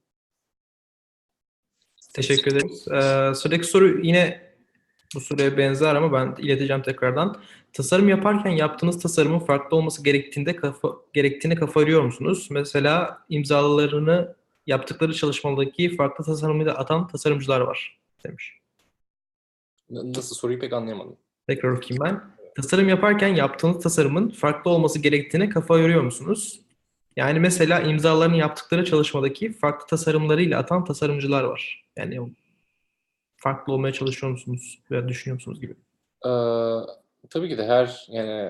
Teşekkür ederiz. Ee, sıradaki soru yine bu soruya benzer ama ben ileteceğim tekrardan. Tasarım yaparken yaptığınız tasarımın farklı olması gerektiğinde kafa, gerektiğine kafa arıyor musunuz? Mesela imzalarını yaptıkları çalışmadaki farklı tasarımıyla atan tasarımcılar var demiş. Nasıl, soruyu pek anlayamadım. Tekrar okuyayım ben. Tasarım yaparken yaptığınız tasarımın farklı olması gerektiğine kafa yoruyor musunuz? Yani mesela imzalarını yaptıkları çalışmadaki farklı tasarımlarıyla atan tasarımcılar var. Yani farklı olmaya çalışıyor musunuz veya düşünüyor musunuz gibi. Ee, tabii ki de her yani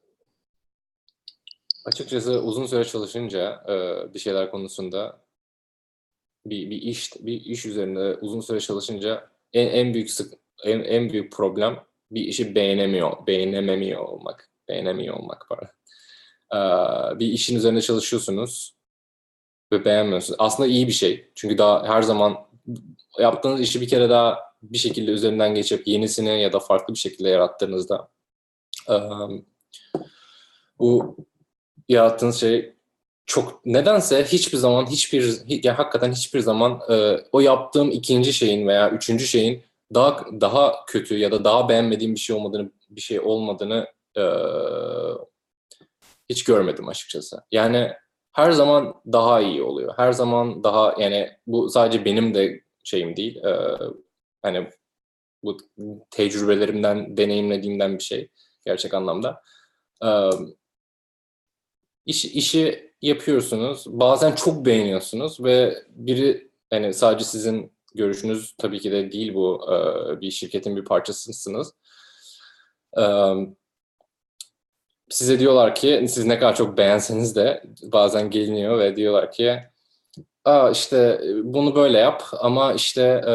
açıkçası uzun süre çalışınca e, bir şeyler konusunda bir bir iş bir iş üzerinde uzun süre çalışınca en en büyük sık en en büyük problem bir işi beğenemiyor, beğenememiyor olmak, beğenemiyor olmak pardon. Ee, bir işin üzerinde çalışıyorsunuz ve beğenmiyorsunuz. Aslında iyi bir şey. Çünkü daha her zaman yaptığınız işi bir kere daha bir şekilde üzerinden geçip yenisini ya da farklı bir şekilde yarattığınızda e, bu yarattığınız şey çok nedense hiçbir zaman hiçbir ya hakikaten hiçbir zaman e, o yaptığım ikinci şeyin veya üçüncü şeyin daha daha kötü ya da daha beğenmediğim bir şey olmadığını bir şey olmadığını e, hiç görmedim açıkçası. Yani her zaman daha iyi oluyor. Her zaman daha yani bu sadece benim de şeyim değil. E, hani bu tecrübelerimden, deneyimlediğimden bir şey gerçek anlamda. E, iş, işi yapıyorsunuz. Bazen çok beğeniyorsunuz ve biri yani sadece sizin görüşünüz tabii ki de değil bu. E, bir şirketin bir parçasısınız. E, size diyorlar ki siz ne kadar çok beğenseniz de bazen geliniyor ve diyorlar ki aa işte bunu böyle yap ama işte e,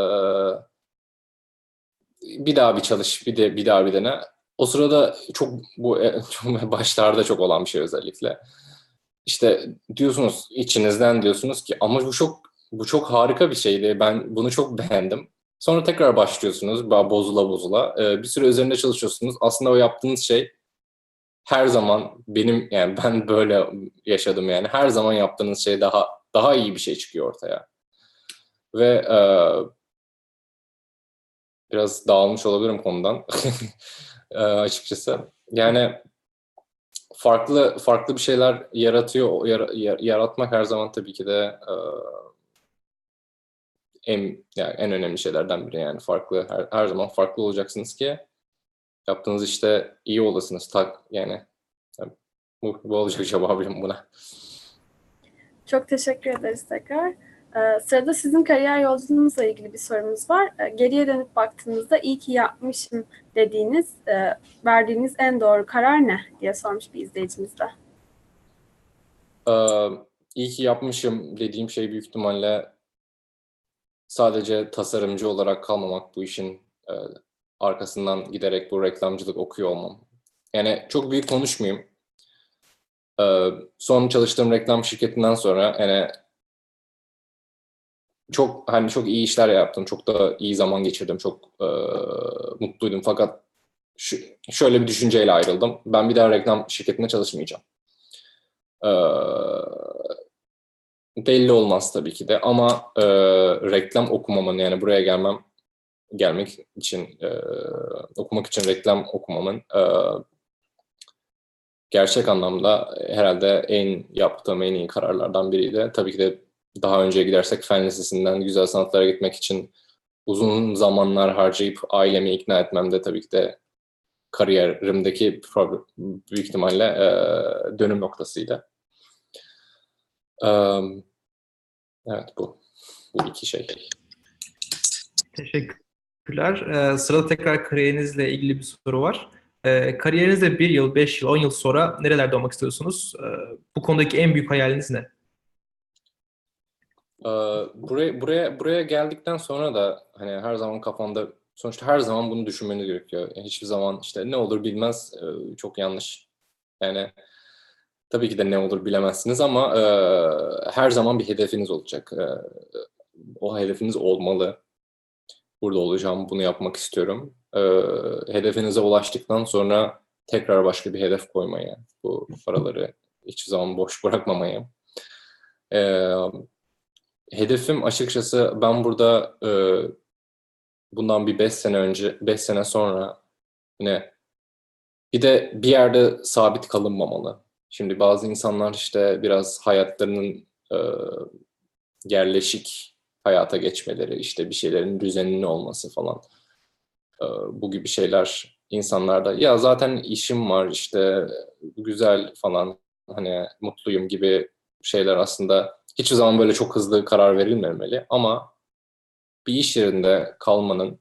bir daha bir çalış, bir de bir daha bir dene. O sırada çok bu çok başlarda çok olan bir şey özellikle. İşte diyorsunuz içinizden diyorsunuz ki ama bu çok bu çok harika bir şeydi. Ben bunu çok beğendim. Sonra tekrar başlıyorsunuz bozula bozula. Ee, bir süre üzerinde çalışıyorsunuz. Aslında o yaptığınız şey her zaman benim yani ben böyle yaşadım yani. Her zaman yaptığınız şey daha daha iyi bir şey çıkıyor ortaya. Ve e, biraz dağılmış olabilirim konudan e, açıkçası. Yani farklı farklı bir şeyler yaratıyor, yar, yaratmak her zaman tabii ki de e, en yani en önemli şeylerden biri yani farklı her, her zaman farklı olacaksınız ki yaptığınız işte iyi olasınız tak yani, yani bu, bu olacak cevabım buna. Çok teşekkür ederiz tekrar. Ee, sırada sizin kariyer yolculuğunuzla ilgili bir sorumuz var. Ee, geriye dönüp baktığınızda iyi ki yapmışım dediğiniz, e, verdiğiniz en doğru karar ne diye sormuş bir izleyicimiz de. Ee, iyi ki yapmışım dediğim şey büyük ihtimalle sadece tasarımcı olarak kalmamak, bu işin e, arkasından giderek bu reklamcılık okuyor olmam. Yani çok büyük konuşmayayım. Ee, son çalıştığım reklam şirketinden sonra yani çok hani çok iyi işler yaptım. Çok da iyi zaman geçirdim. Çok e, mutluydum. Fakat şu, şöyle bir düşünceyle ayrıldım. Ben bir daha reklam şirketinde çalışmayacağım. Ee, belli olmaz tabii ki de ama e, reklam okumamın, yani buraya gelmem gelmek için e, okumak için reklam okumamın e, gerçek anlamda herhalde en yaptığım en iyi kararlardan biriydi. Tabii ki de daha önceye gidersek fen lisesinden güzel sanatlara gitmek için uzun zamanlar harcayıp ailemi ikna etmem de tabii ki de kariyerimdeki problem, büyük ihtimalle e, dönüm noktasıydı. E, evet bu. Bu iki şey. Teşekkürler. Ee, sırada tekrar kariyerinizle ilgili bir soru var. Ee, kariyerinizde bir yıl, beş yıl, on yıl sonra nerelerde olmak istiyorsunuz? Ee, bu konudaki en büyük hayaliniz ne? Ee, Buraya, buraya, buraya geldikten sonra da hani her zaman kafamda, sonuçta her zaman bunu düşünmeniz gerekiyor. Yani hiçbir zaman işte ne olur bilmez e, çok yanlış. Yani tabii ki de ne olur bilemezsiniz ama e, her zaman bir hedefiniz olacak. E, o hedefiniz olmalı. Burada olacağım, bunu yapmak istiyorum. E, hedefinize ulaştıktan sonra tekrar başka bir hedef koymayı, bu paraları hiçbir zaman boş bırakmamayı. E, Hedefim açıkçası, ben burada e, bundan bir beş sene önce, beş sene sonra yine bir de bir yerde sabit kalınmamalı. Şimdi bazı insanlar işte biraz hayatlarının e, yerleşik hayata geçmeleri, işte bir şeylerin düzeninin olması falan, e, bu gibi şeyler insanlarda ya zaten işim var işte güzel falan, hani mutluyum gibi şeyler aslında hiçbir zaman böyle çok hızlı karar verilmemeli ama bir iş yerinde kalmanın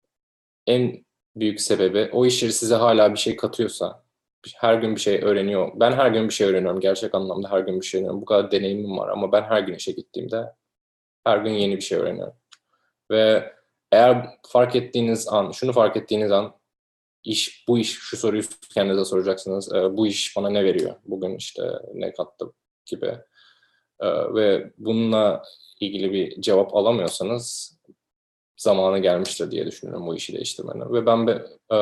en büyük sebebi, o iş yeri size hala bir şey katıyorsa, her gün bir şey öğreniyor. Ben her gün bir şey öğreniyorum. Gerçek anlamda her gün bir şey öğreniyorum. Bu kadar deneyimim var ama ben her gün işe gittiğimde her gün yeni bir şey öğreniyorum. Ve eğer fark ettiğiniz an, şunu fark ettiğiniz an, iş, bu iş, şu soruyu kendinize soracaksınız. E, bu iş bana ne veriyor? Bugün işte ne kattı gibi. E, ve bununla ilgili bir cevap alamıyorsanız zamanı gelmiştir diye düşünüyorum bu işi değiştirmenin. Ve ben be, e,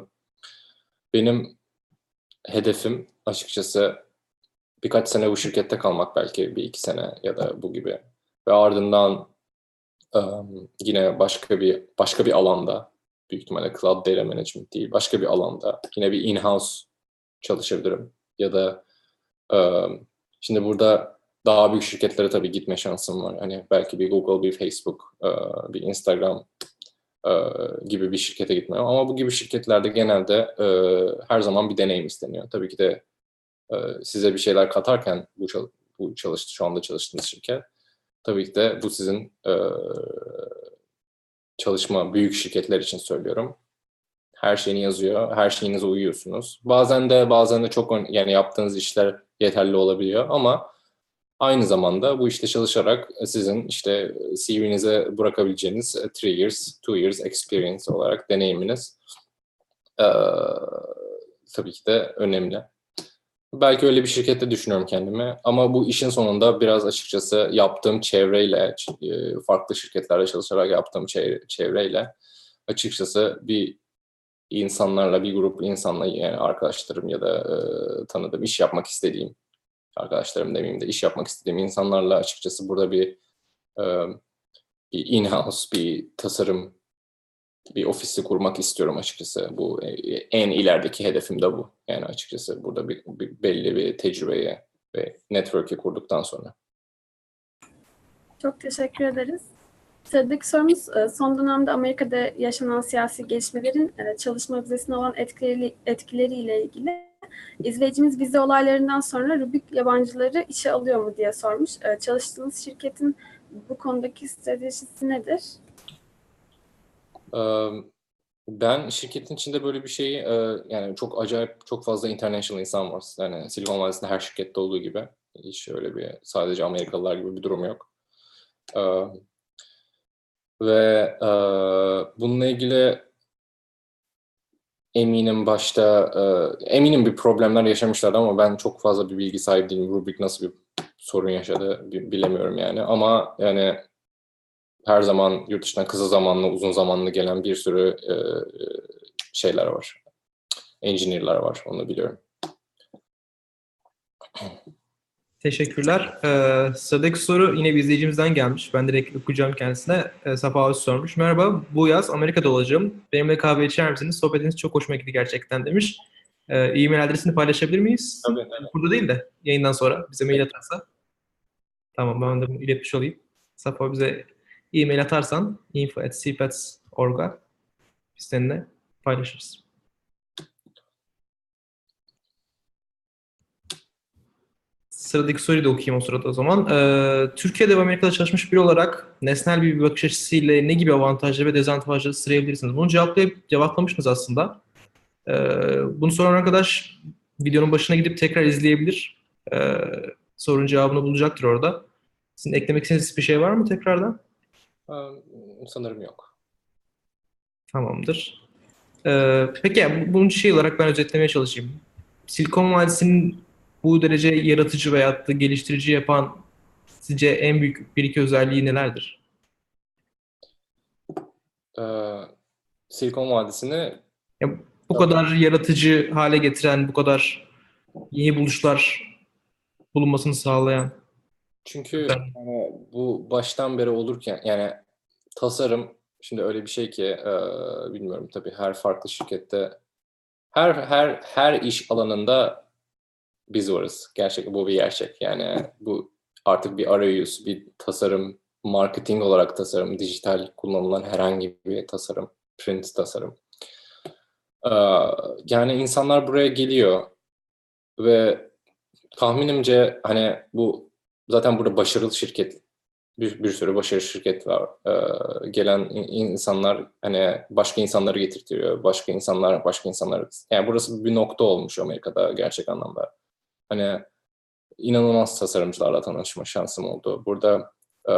benim hedefim açıkçası birkaç sene bu şirkette kalmak, belki bir iki sene ya da bu gibi. Ve ardından e, yine başka bir başka bir alanda, büyük ihtimalle cloud data management değil, başka bir alanda yine bir in-house çalışabilirim. Ya da e, şimdi burada daha büyük şirketlere tabii gitme şansım var. Hani belki bir Google, bir Facebook, e, bir Instagram e, gibi bir şirkete gitmiyorum. Ama bu gibi şirketlerde genelde e, her zaman bir deneyim isteniyor. Tabii ki de e, size bir şeyler katarken bu, çal- bu çalıştı, şu anda çalıştığınız şirket, tabii ki de bu sizin e, çalışma, büyük şirketler için söylüyorum. Her şeyini yazıyor, her şeyinize uyuyorsunuz. Bazen de bazen de çok ön- yani yaptığınız işler yeterli olabiliyor ama aynı zamanda bu işte çalışarak sizin işte C V'nize bırakabileceğiniz three years, two years experience olarak deneyiminiz e, tabii ki de önemli. Belki öyle bir şirkette düşünüyorum kendimi ama bu işin sonunda biraz açıkçası yaptığım çevreyle, e, farklı şirketlerde çalışarak yaptığım çe- çevreyle açıkçası bir insanlarla, bir grup insanla, yani arkadaşlarım ya da e, tanıdığım, iş yapmak istediğim, arkadaşlarım demeyeyim de iş yapmak istediğim insanlarla açıkçası burada bir e, bir in-house, bir tasarım, bir ofisi kurmak istiyorum açıkçası. Bu e, en ilerideki hedefim de bu. Yani açıkçası burada bir, bir belli bir tecrübeyi ve network'ü kurduktan sonra. Çok teşekkür ederiz. Sıradaki sorumuz, e, son dönemde Amerika'da yaşanan siyasi gelişmelerin e, çalışma vizesine olan etkileri, etkileriyle ilgili. İzleyicimiz vize olaylarından sonra Rubik yabancıları işe alıyor mu diye sormuş. E, Çalıştığınız şirketin bu konudaki stratejisi nedir? Ben şirketin içinde böyle bir şeyi, yani çok acayip, çok fazla international insan var. Yani Silikon Vadisi'nde her şirkette olduğu gibi. Hiç öyle bir sadece Amerikalılar gibi bir durum yok. Ve bununla ilgili eminim başta, eminim bir problemler yaşamışlardı ama ben çok fazla bir bilgi sahibi değilim. Rubrik nasıl bir sorun yaşadı bilemiyorum yani. Ama yani her zaman yurt dışından kısa zamanlı, uzun zamanlı gelen bir sürü şeyler var. engineer'lar var, onu biliyorum. Teşekkürler. Ee, sıradaki soru yine bir izleyicimizden gelmiş. Ben direkt okuyacağım kendisine. Ee, Safa Öz sormuş. Merhaba, bu yaz Amerika'da olacağım. Benimle kahve içer misiniz? Sohbetiniz çok hoşuma gitti gerçekten demiş. Ee, e-mail adresini paylaşabilir miyiz? Tabii. Burada değil de yayından sonra bize mail atarsa. Tamam, ben de bunu iletmiş olayım. Safa, bize e-mail atarsan info at c pats nokta org'a biz seninle paylaşırız. Sıradaki soruyu da okuyayım o sırada o zaman. Ee, Türkiye'de ve Amerika'da çalışmış biri olarak nesnel bir bakış açısıyla ne gibi avantajları ve dezavantajları sıralayabilirsiniz? Bunu cevaplayıp cevaplamışsınız aslında. Ee, bunu soran arkadaş videonun başına gidip tekrar izleyebilir. Ee, sorunun cevabını bulacaktır orada. Sizin eklemek istediğiniz bir şey var mı tekrardan? Sanırım yok. Tamamdır. Ee, peki yani bunun şey olarak ben özetlemeye çalışayım. Silikon Vadisi'nin bu derece yaratıcı veyahut da geliştirici yapan sizce en büyük bir iki özelliği nelerdir? Ee, Silikon Vadisi'ni Ya, bu kadar yaratıcı hale getiren, bu kadar yeni buluşlar bulunmasını sağlayan. çünkü yani bu baştan beri olurken yani tasarım şimdi öyle bir şey ki e, bilmiyorum tabii her farklı şirkette her her her iş alanında biz varız. Gerçek bu bir gerçek. Yani bu artık bir arayüz, bir tasarım, marketing olarak tasarım, dijital kullanılan herhangi bir tasarım, print tasarım. Ee, yani insanlar buraya geliyor ve tahminimce hani bu zaten burada başarılı şirket bir, bir sürü başarılı şirket var. Ee, gelen insanlar hani başka insanları getirtiyor. Başka insanlar başka insanlar. Yani burası bir nokta olmuş Amerika'da gerçek anlamda. Hani inanılmaz tasarımcılarla tanışma şansım oldu. Burada e,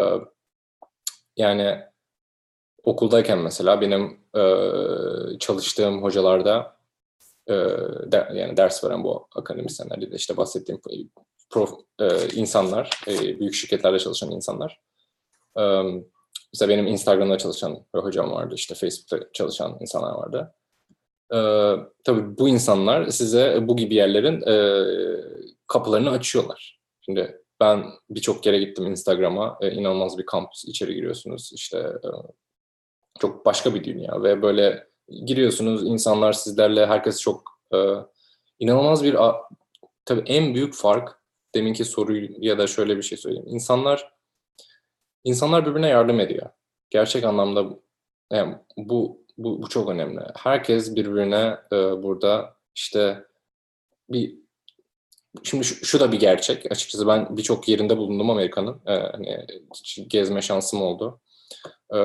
yani okuldayken mesela benim e, çalıştığım hocalarda e, de, yani ders veren bu akademisyenler de işte bahsettiğim prof, e, insanlar, e, büyük şirketlerde çalışan insanlar. E, mesela benim Instagram'da çalışan bir hocam vardı, işte Facebook'ta çalışan insanlar vardı. E, tabii bu insanlar size bu gibi yerlerin e, kapılarını açıyorlar. Şimdi ben birçok kere gittim Instagram'a, e, inanılmaz bir kampüs, içeri giriyorsunuz, işte e, çok başka bir dünya ve böyle giriyorsunuz, insanlar sizlerle, herkes çok e, inanılmaz bir, tabii en büyük fark, deminki soruyu ya da şöyle bir şey söyleyeyim. İnsanlar insanlar birbirine yardım ediyor. Gerçek anlamda yani bu, bu bu çok önemli. Herkes birbirine e, burada işte bir şimdi şu, şu da bir gerçek. Açıkçası ben birçok yerinde bulundum Amerika'nın. E, hani gezme şansım oldu. E,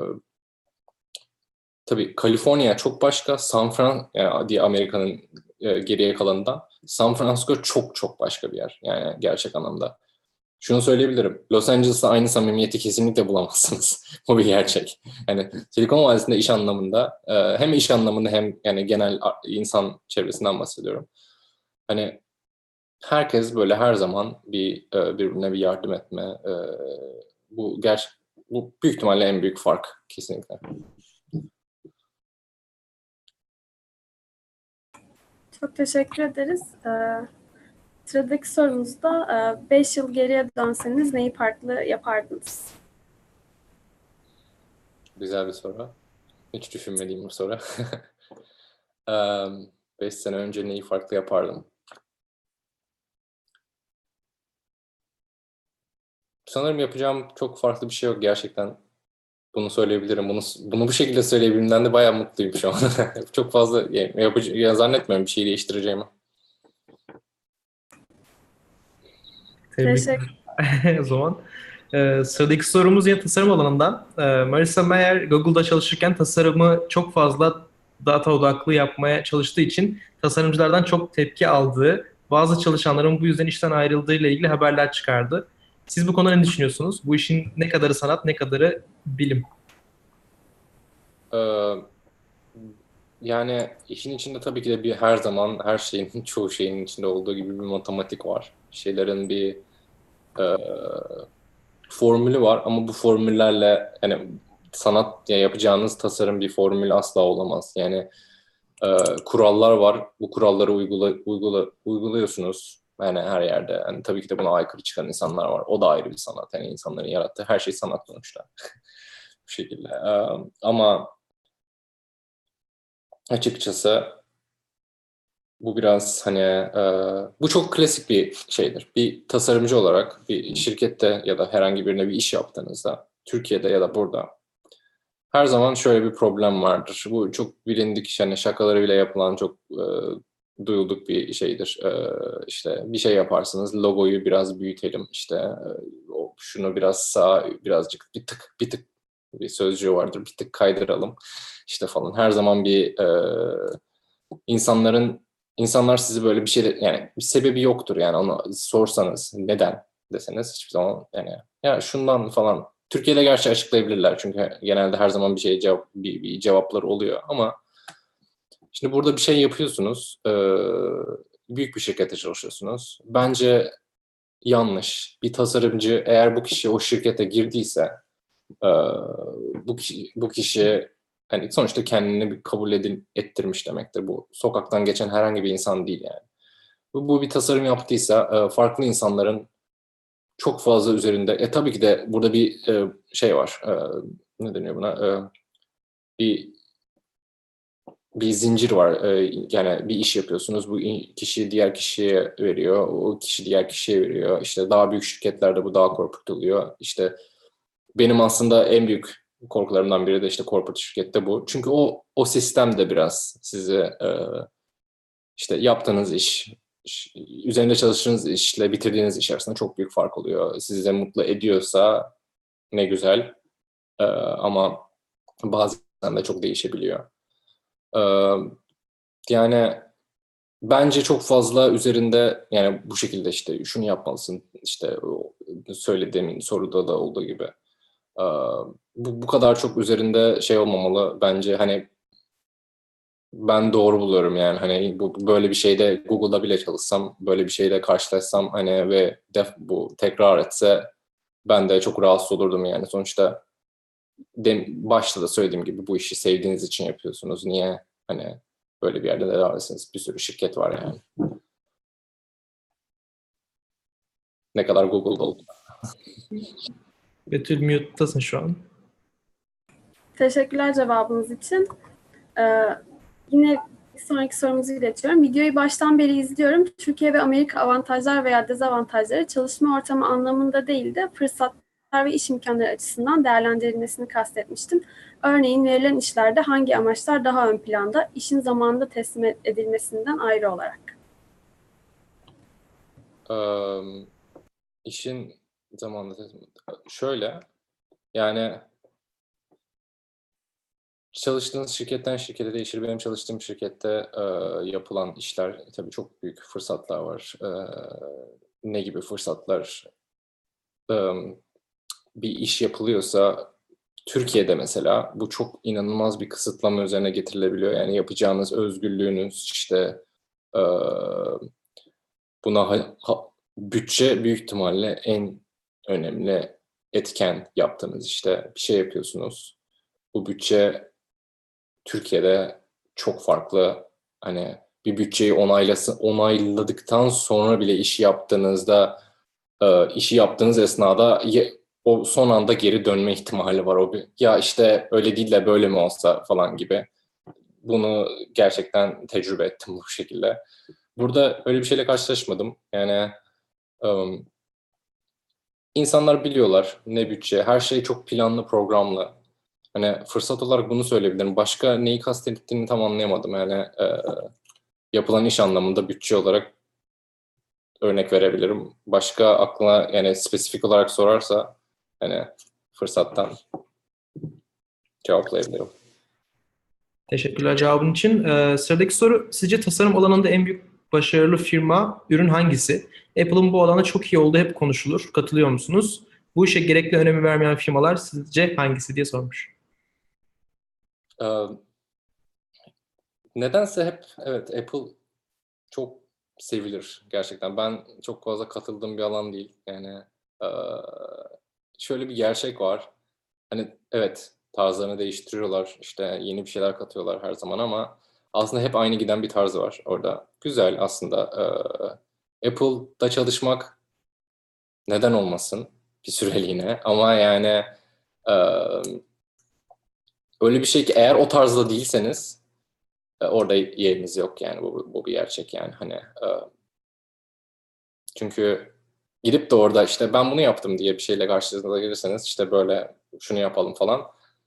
tabii Kaliforniya çok başka. San Fran yani diye Amerika'nın e, geriye kalanından. San Francisco çok çok başka bir yer. Yani gerçek anlamda. Şunu söyleyebilirim. Los Angeles'ta aynı samimiyeti kesinlikle bulamazsınız. O bir gerçek. Yani Silikon Vadisi'nde iş anlamında e, hem iş anlamında hem yani genel insan çevresinden bahsediyorum. Hani herkes böyle her zaman bir e, birbirine bir yardım etme. E, bu gerçek bu büyük ihtimalle en büyük fark kesinlikle. Çok teşekkür ederiz. Ee, sıradaki sorumuzda beş yıl geriye dönseniz neyi farklı yapardınız? Güzel bir soru. Hiç düşünmediğim bir soru. Beş sene önce neyi farklı yapardım? Sanırım yapacağım çok farklı bir şey yok gerçekten. Bunu söyleyebilirim. Bunu bunu bu şekilde söyleyebildiğimden de bayağı mutluyum şu an. Çok fazla yapacağım, ya zannetmiyorum bir şey değiştireceğimi. Teşekkür. O zaman e, sıradaki sorumuz yine tasarım alanından. E, Marissa Mayer Google'da çalışırken tasarımı çok fazla data odaklı yapmaya çalıştığı için tasarımcılardan çok tepki aldığı, bazı çalışanların bu yüzden işten ayrıldığı ile ilgili haberler çıkardı. Siz bu konuda ne düşünüyorsunuz? Bu işin ne kadarı sanat, ne kadarı bilim? Ee, yani işin içinde tabii ki de bir her zaman her şeyin çoğu şeyin içinde olduğu gibi bir matematik var. Şeylerin bir e, formülü var ama bu formüllerle yani sanat ya yapacağınız tasarım bir formül asla olamaz. Yani e, kurallar var. Bu kuralları uygula, uygula, uyguluyorsunuz. Yani her yerde. Yani tabii ki de buna aykırı çıkan insanlar var. O da ayrı bir sanat. Yani insanların yarattığı her şey sanat sonuçta. Bu şekilde. E, ama açıkçası bu biraz hani e, bu çok klasik bir şeydir. Bir tasarımcı olarak bir şirkette ya da herhangi birine bir iş yaptığınızda Türkiye'de ya da burada her zaman şöyle bir problem vardır. Bu çok bilindik, hani şakaları bile yapılan çok e, duyulduk bir şeydir. E, işte bir şey yaparsınız, logoyu biraz büyütelim, işte e, o, şunu biraz sağa, birazcık bir tık bir tık bir sözcüğü vardır, bir tık kaydıralım işte falan. Her zaman bir e, insanların insanlar sizi böyle bir şey, yani bir sebebi yoktur, yani onu sorsanız neden deseniz hiçbir zaman yani ya şundan falan. Türkiye'de gerçi açıklayabilirler çünkü genelde her zaman bir şey cevap bir, bir cevaplar oluyor ama şimdi burada bir şey yapıyorsunuz, e, büyük bir şirkete çalışıyorsunuz. Bence yanlış. Bir tasarımcı eğer bu kişi o şirkete girdiyse e, bu kişi bu kişi hani sonuçta kendini bir kabul edil, ettirmiş demektir. Bu sokaktan geçen herhangi bir insan değil yani. Bu, bu bir tasarım yaptıysa e, farklı insanların çok fazla üzerinde. E tabii ki de burada bir e, şey var. E, ne deniyor buna? E, bir bir zincir var. E, yani bir iş yapıyorsunuz. Bu kişi diğer kişiye veriyor. O kişi diğer kişiye veriyor. İşte daha büyük şirketlerde bu daha corporate oluyor. İşte benim aslında en büyük korkularımdan biri de işte corporate şirkette bu. Çünkü o o sistem de biraz sizi e, işte yaptığınız iş, iş, üzerinde çalıştığınız işle bitirdiğiniz iş arasında çok büyük fark oluyor. Sizi mutlu ediyorsa ne güzel. Ee, ama bazen de çok değişebiliyor. Ee, yani bence çok fazla üzerinde, yani bu şekilde işte şunu yapmalısın, işte o söylediğim soruda da olduğu gibi. Ee, bu, bu kadar çok üzerinde şey olmamalı bence, hani ben doğru buluyorum yani, hani bu böyle bir şeyde Google'da bile çalışsam, böyle bir şeyle karşılaşsam hani ve def, bu tekrar etse ben de çok rahatsız olurdum yani. Sonuçta dem, başta da söylediğim gibi bu işi sevdiğiniz için yapıyorsunuz. Niye hani böyle bir yerde devam etsiniz? Bir sürü şirket var yani. Ne kadar Google'da oldu. Betül mute'tasın şu an. Teşekkürler cevabınız için. Ee, yine bir sonraki sorumuzu iletiyorum. Videoyu baştan beri izliyorum. Türkiye ve Amerika avantajlar veya dezavantajları çalışma ortamı anlamında değil de fırsatlar ve iş imkanları açısından değerlendirilmesini kastetmiştim. Örneğin verilen işlerde hangi amaçlar daha ön planda, işin zamanında teslim edilmesinden ayrı olarak? Ee, işin zamanında şöyle, yani çalıştığınız şirketten şirkete değişir. Benim çalıştığım şirkette e, yapılan işler tabii çok büyük fırsatlar var. E, ne gibi fırsatlar? E, bir iş yapılıyorsa Türkiye'de mesela bu çok inanılmaz bir kısıtlama üzerine getirilebiliyor. Yani yapacağınız özgürlüğünüz, işte e, buna ha, ha, bütçe büyük ihtimalle en önemli etken. Yaptığınız işte bir şey yapıyorsunuz. Bu bütçe Türkiye'de çok farklı. Hani bir bütçeyi onaylasın, onayladıktan sonra bile işi yaptığınızda, e, işi yaptığınız esnada ye- o son anda geri dönme ihtimali var. O bir, ya işte öyle değil de böyle mi olsa falan gibi. Bunu gerçekten tecrübe ettim bu şekilde. Burada öyle bir şeyle karşılaşmadım. Yani um, insanlar biliyorlar ne bütçe. Her şey çok planlı, programlı. Hani fırsat olarak bunu söyleyebilirim. Başka neyi kastettiğini tam anlayamadım. Yani e, yapılan iş anlamında bütçe olarak örnek verebilirim. Başka aklına yani spesifik olarak sorarsa hani fırsattan cevaplayabilirim. Teşekkürler cevabın için. Ee, sıradaki soru, sizce tasarım alanında en büyük başarılı firma, ürün hangisi? Apple'ın bu alana çok iyi olduğu hep konuşulur. Katılıyor musunuz? Bu işe gerekli önemi vermeyen firmalar sizce hangisi diye sormuş. Ee, nedense hep evet Apple çok sevilir gerçekten. Ben çok fazla katıldığım bir alan değil. Yani e, şöyle bir gerçek var. Hani evet tarzlarını değiştiriyorlar, işte yeni bir şeyler katıyorlar her zaman ama aslında hep aynı giden bir tarzı var orada. Güzel aslında. Ee, Apple'da çalışmak neden olmasın bir süreliğine, ama yani e, öyle bir şey ki eğer o tarzda değilseniz e, orada yeriniz yok yani, bu, bu bir gerçek yani hani e, çünkü gidip de orada işte ben bunu yaptım diye bir şeyle karşınıza gelirseniz, işte böyle şunu yapalım falan,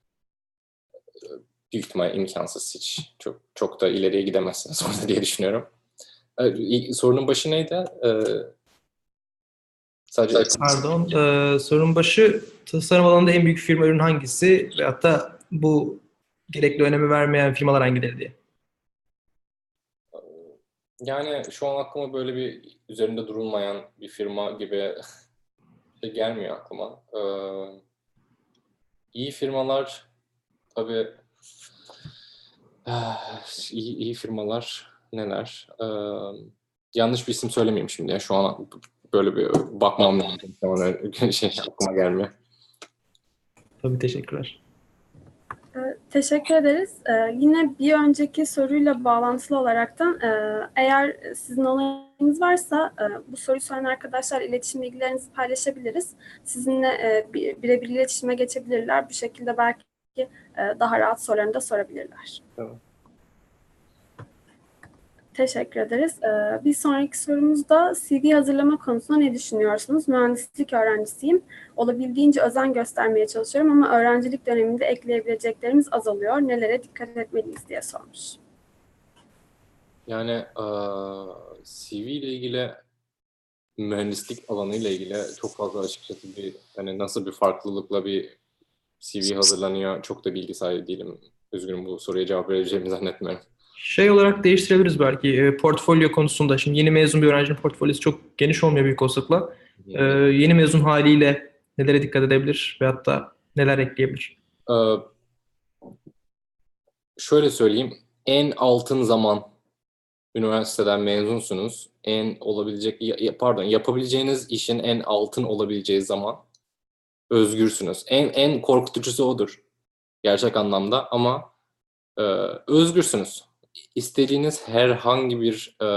büyük ihtimal imkansız, hiç çok çok da ileriye gidemezsiniz orada diye düşünüyorum. E, sorunun başı neydi? E, sadece Pardon. Ee, sorun başı tasarım alanında en büyük firma ürün hangisi ve hatta bu gerekli önemi vermeyen firmalar hangileri diye. yani şu an aklıma böyle bir üzerinde durulmayan bir firma gibi şey gelmiyor aklıma. Ee, iyi firmalar tabii, ah, iyi, iyi firmalar neler? Ee, yanlış bir isim söylemeyeyim şimdi. Ya. Şu an böyle bir bakmam lazım. Tamam, öyle şey aklıma gelmiyor. Tabii, teşekkürler. Ee, Teşekkür ederiz. Ee, yine bir önceki soruyla bağlantılı olaraktan e, eğer sizin onayınız varsa e, bu soruyu soran arkadaşlar iletişim bilgilerinizi paylaşabiliriz. Sizinle e, bir- birebir iletişime geçebilirler. Bu şekilde belki e, daha rahat sorularını da sorabilirler. Tamam. Teşekkür ederiz. Ee, bir sonraki sorumuzda C V hazırlama konusunda ne düşünüyorsunuz? Mühendislik öğrencisiyim. Olabildiğince özen göstermeye çalışıyorum ama öğrencilik döneminde ekleyebileceklerimiz azalıyor. Nelere dikkat etmeliyiz diye sormuş. Yani e, C V ile ilgili, mühendislik alanı ile ilgili çok fazla açıkçası bir hani nasıl bir farklılıkla bir C V hazırlanıyor çok da bilgi sahibi değilim. Üzgünüm, bu soruya cevap vereceğimi zannetmiyorum. Şey olarak değiştirebiliriz belki e, portfolyo konusunda. Şimdi yeni mezun bir öğrencinin portfolyosu çok geniş olmuyor büyük olasılıkla. E, yeni mezun haliyle nelere dikkat edebilir ve hatta neler ekleyebilir? Ee, şöyle söyleyeyim, en altın zaman üniversiteden mezunsunuz. En olabilecek, ya- pardon, yapabileceğiniz işin en altın olabileceği zaman özgürsünüz. En en korkutucusu odur gerçek anlamda, ama e, özgürsünüz. İstediğiniz herhangi bir e,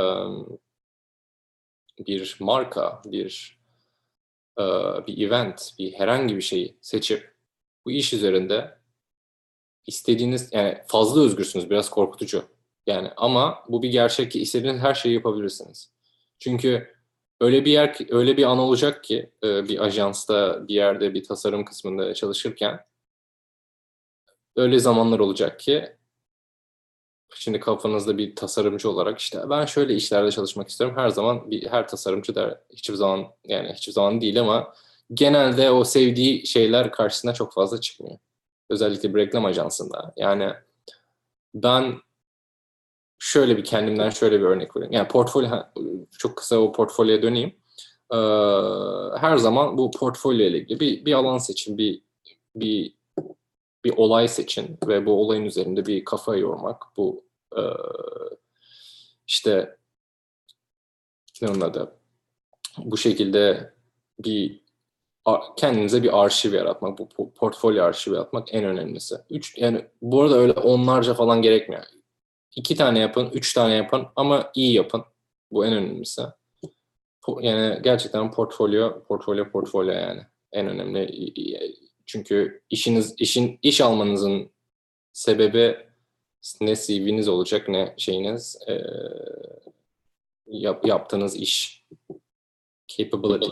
bir marka, bir e, bir event, bir herhangi bir şeyi seçip bu iş üzerinde istediğiniz, yani fazla özgürsünüz, biraz korkutucu. Yani ama bu bir gerçek ki istediğiniz her şeyi yapabilirsiniz. Çünkü öyle bir yer, öyle bir an olacak ki e, bir ajansta, bir yerde, bir tasarım kısmında çalışırken öyle zamanlar olacak ki şimdi kafanızda bir tasarımcı olarak işte ben şöyle işlerde çalışmak istiyorum. Her zaman bir her tasarımcı der. Hiçbir zaman, yani hiçbir zaman değil ama genelde o sevdiği şeyler karşısına çok fazla çıkmıyor. Özellikle bir reklam ajansında. Yani ben şöyle bir kendimden şöyle bir örnek vereyim. Yani portfolyo, çok kısa o portfolyoya döneyim. Ee, her zaman bu portfolyo ile ilgili bir, bir alan seçin, bir bir bir olay seçin ve bu olayın üzerinde bir kafa yormak. Bu e, işte onun adı, bu şekilde bir kendinize bir arşiv yaratmak, bu portfolyo arşivi yaratmak en önemlisi. Üç, yani bu arada öyle onlarca falan gerekmiyor. İki tane yapın, üç tane yapın ama iyi yapın. Bu en önemlisi. Yani gerçekten portfolyo, portfolyo, portfolyo yani en önemli. Çünkü işiniz, işin iş almanızın sebebi ne C V'niz olacak ne şeyiniz, e, yap, yaptığınız iş. Capability.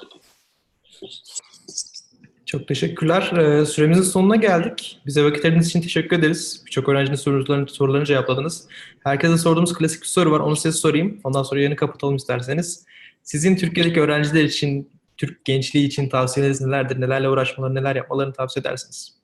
Çok teşekkürler. Ee, süremizin sonuna geldik. Bize vakit ayırdığınız için teşekkür ederiz. Birçok öğrencinin sorularını, sorularını cevapladınız. Herkese sorduğumuz klasik bir soru var. Onu size sorayım. Ondan sonra yayını kapatalım isterseniz. Sizin Türkiye'deki öğrenciler için, Türk gençliği için tavsiyeleriniz nelerdir? Nelerle uğraşmaları, neler yapmalarını tavsiye edersiniz?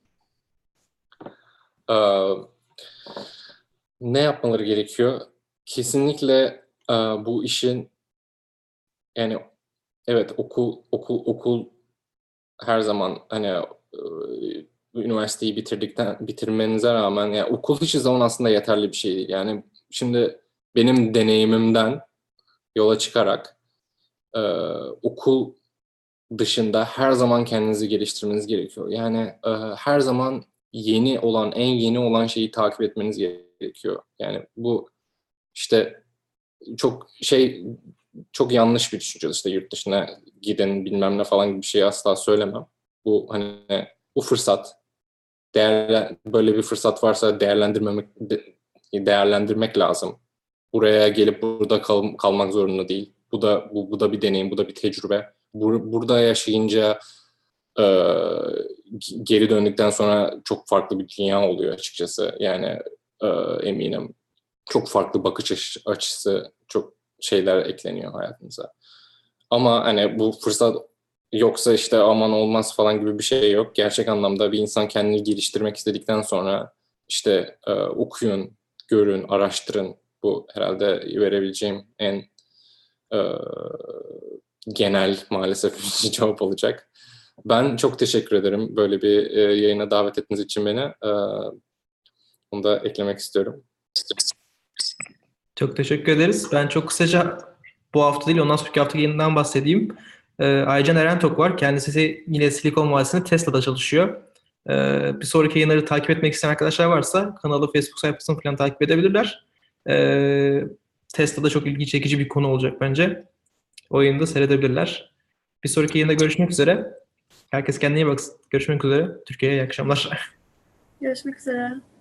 Ee, ne yapmaları gerekiyor? Kesinlikle e, bu işin, yani evet, okul okul okul her zaman hani e, üniversiteyi bitirdikten bitirmenize rağmen, yani okul hiçbir zaman aslında yeterli bir şey değil. Yani şimdi benim deneyimimden yola çıkarak e, okul dışında her zaman kendinizi geliştirmeniz gerekiyor. Yani e, her zaman yeni olan, en yeni olan şeyi takip etmeniz gerekiyor. Yani bu işte çok şey çok yanlış bir düşünce, işte yurt dışına gidin bilmem ne falan gibi bir şeyi asla söylemem. Bu hani bu fırsat, değerlen, böyle bir fırsat varsa değerlendirmemek de- değerlendirmek lazım. Buraya gelip burada kal, kalmak zorunda değil. Bu da bu, bu da bir deneyim, bu da bir tecrübe. Bur, burada yaşayınca e, geri döndükten sonra çok farklı bir dünya oluyor açıkçası. Yani e, eminim çok farklı bakış açı- açısı, çok şeyler ekleniyor hayatımıza. Ama hani bu fırsat yoksa işte aman olmaz falan gibi bir şey yok. Gerçek anlamda bir insan kendini geliştirmek istedikten sonra işte e, okuyun, görün, araştırın. Bu herhalde verebileceğim en e, genel maalesef bir cevap olacak. Ben çok teşekkür ederim böyle bir e, yayına davet ettiğiniz için beni. E, onu da eklemek istiyorum. Çok teşekkür ederiz. Ben çok kısaca bu hafta değil, ondan sonraki hafta yayından bahsedeyim. Ee, Aycan Erentok var. Kendisi yine Silikon Vadisi'nde Tesla'da çalışıyor. Ee, bir sonraki yayınları takip etmek isteyen arkadaşlar varsa kanalı, Facebook sayfasını falan takip edebilirler. Ee, Tesla'da çok ilgi çekici bir konu olacak bence. O yayını da seyredebilirler. Bir sonraki yayında görüşmek üzere. Herkes kendine iyi baksın. Görüşmek üzere. Türkiye'ye iyi akşamlar. Görüşmek üzere.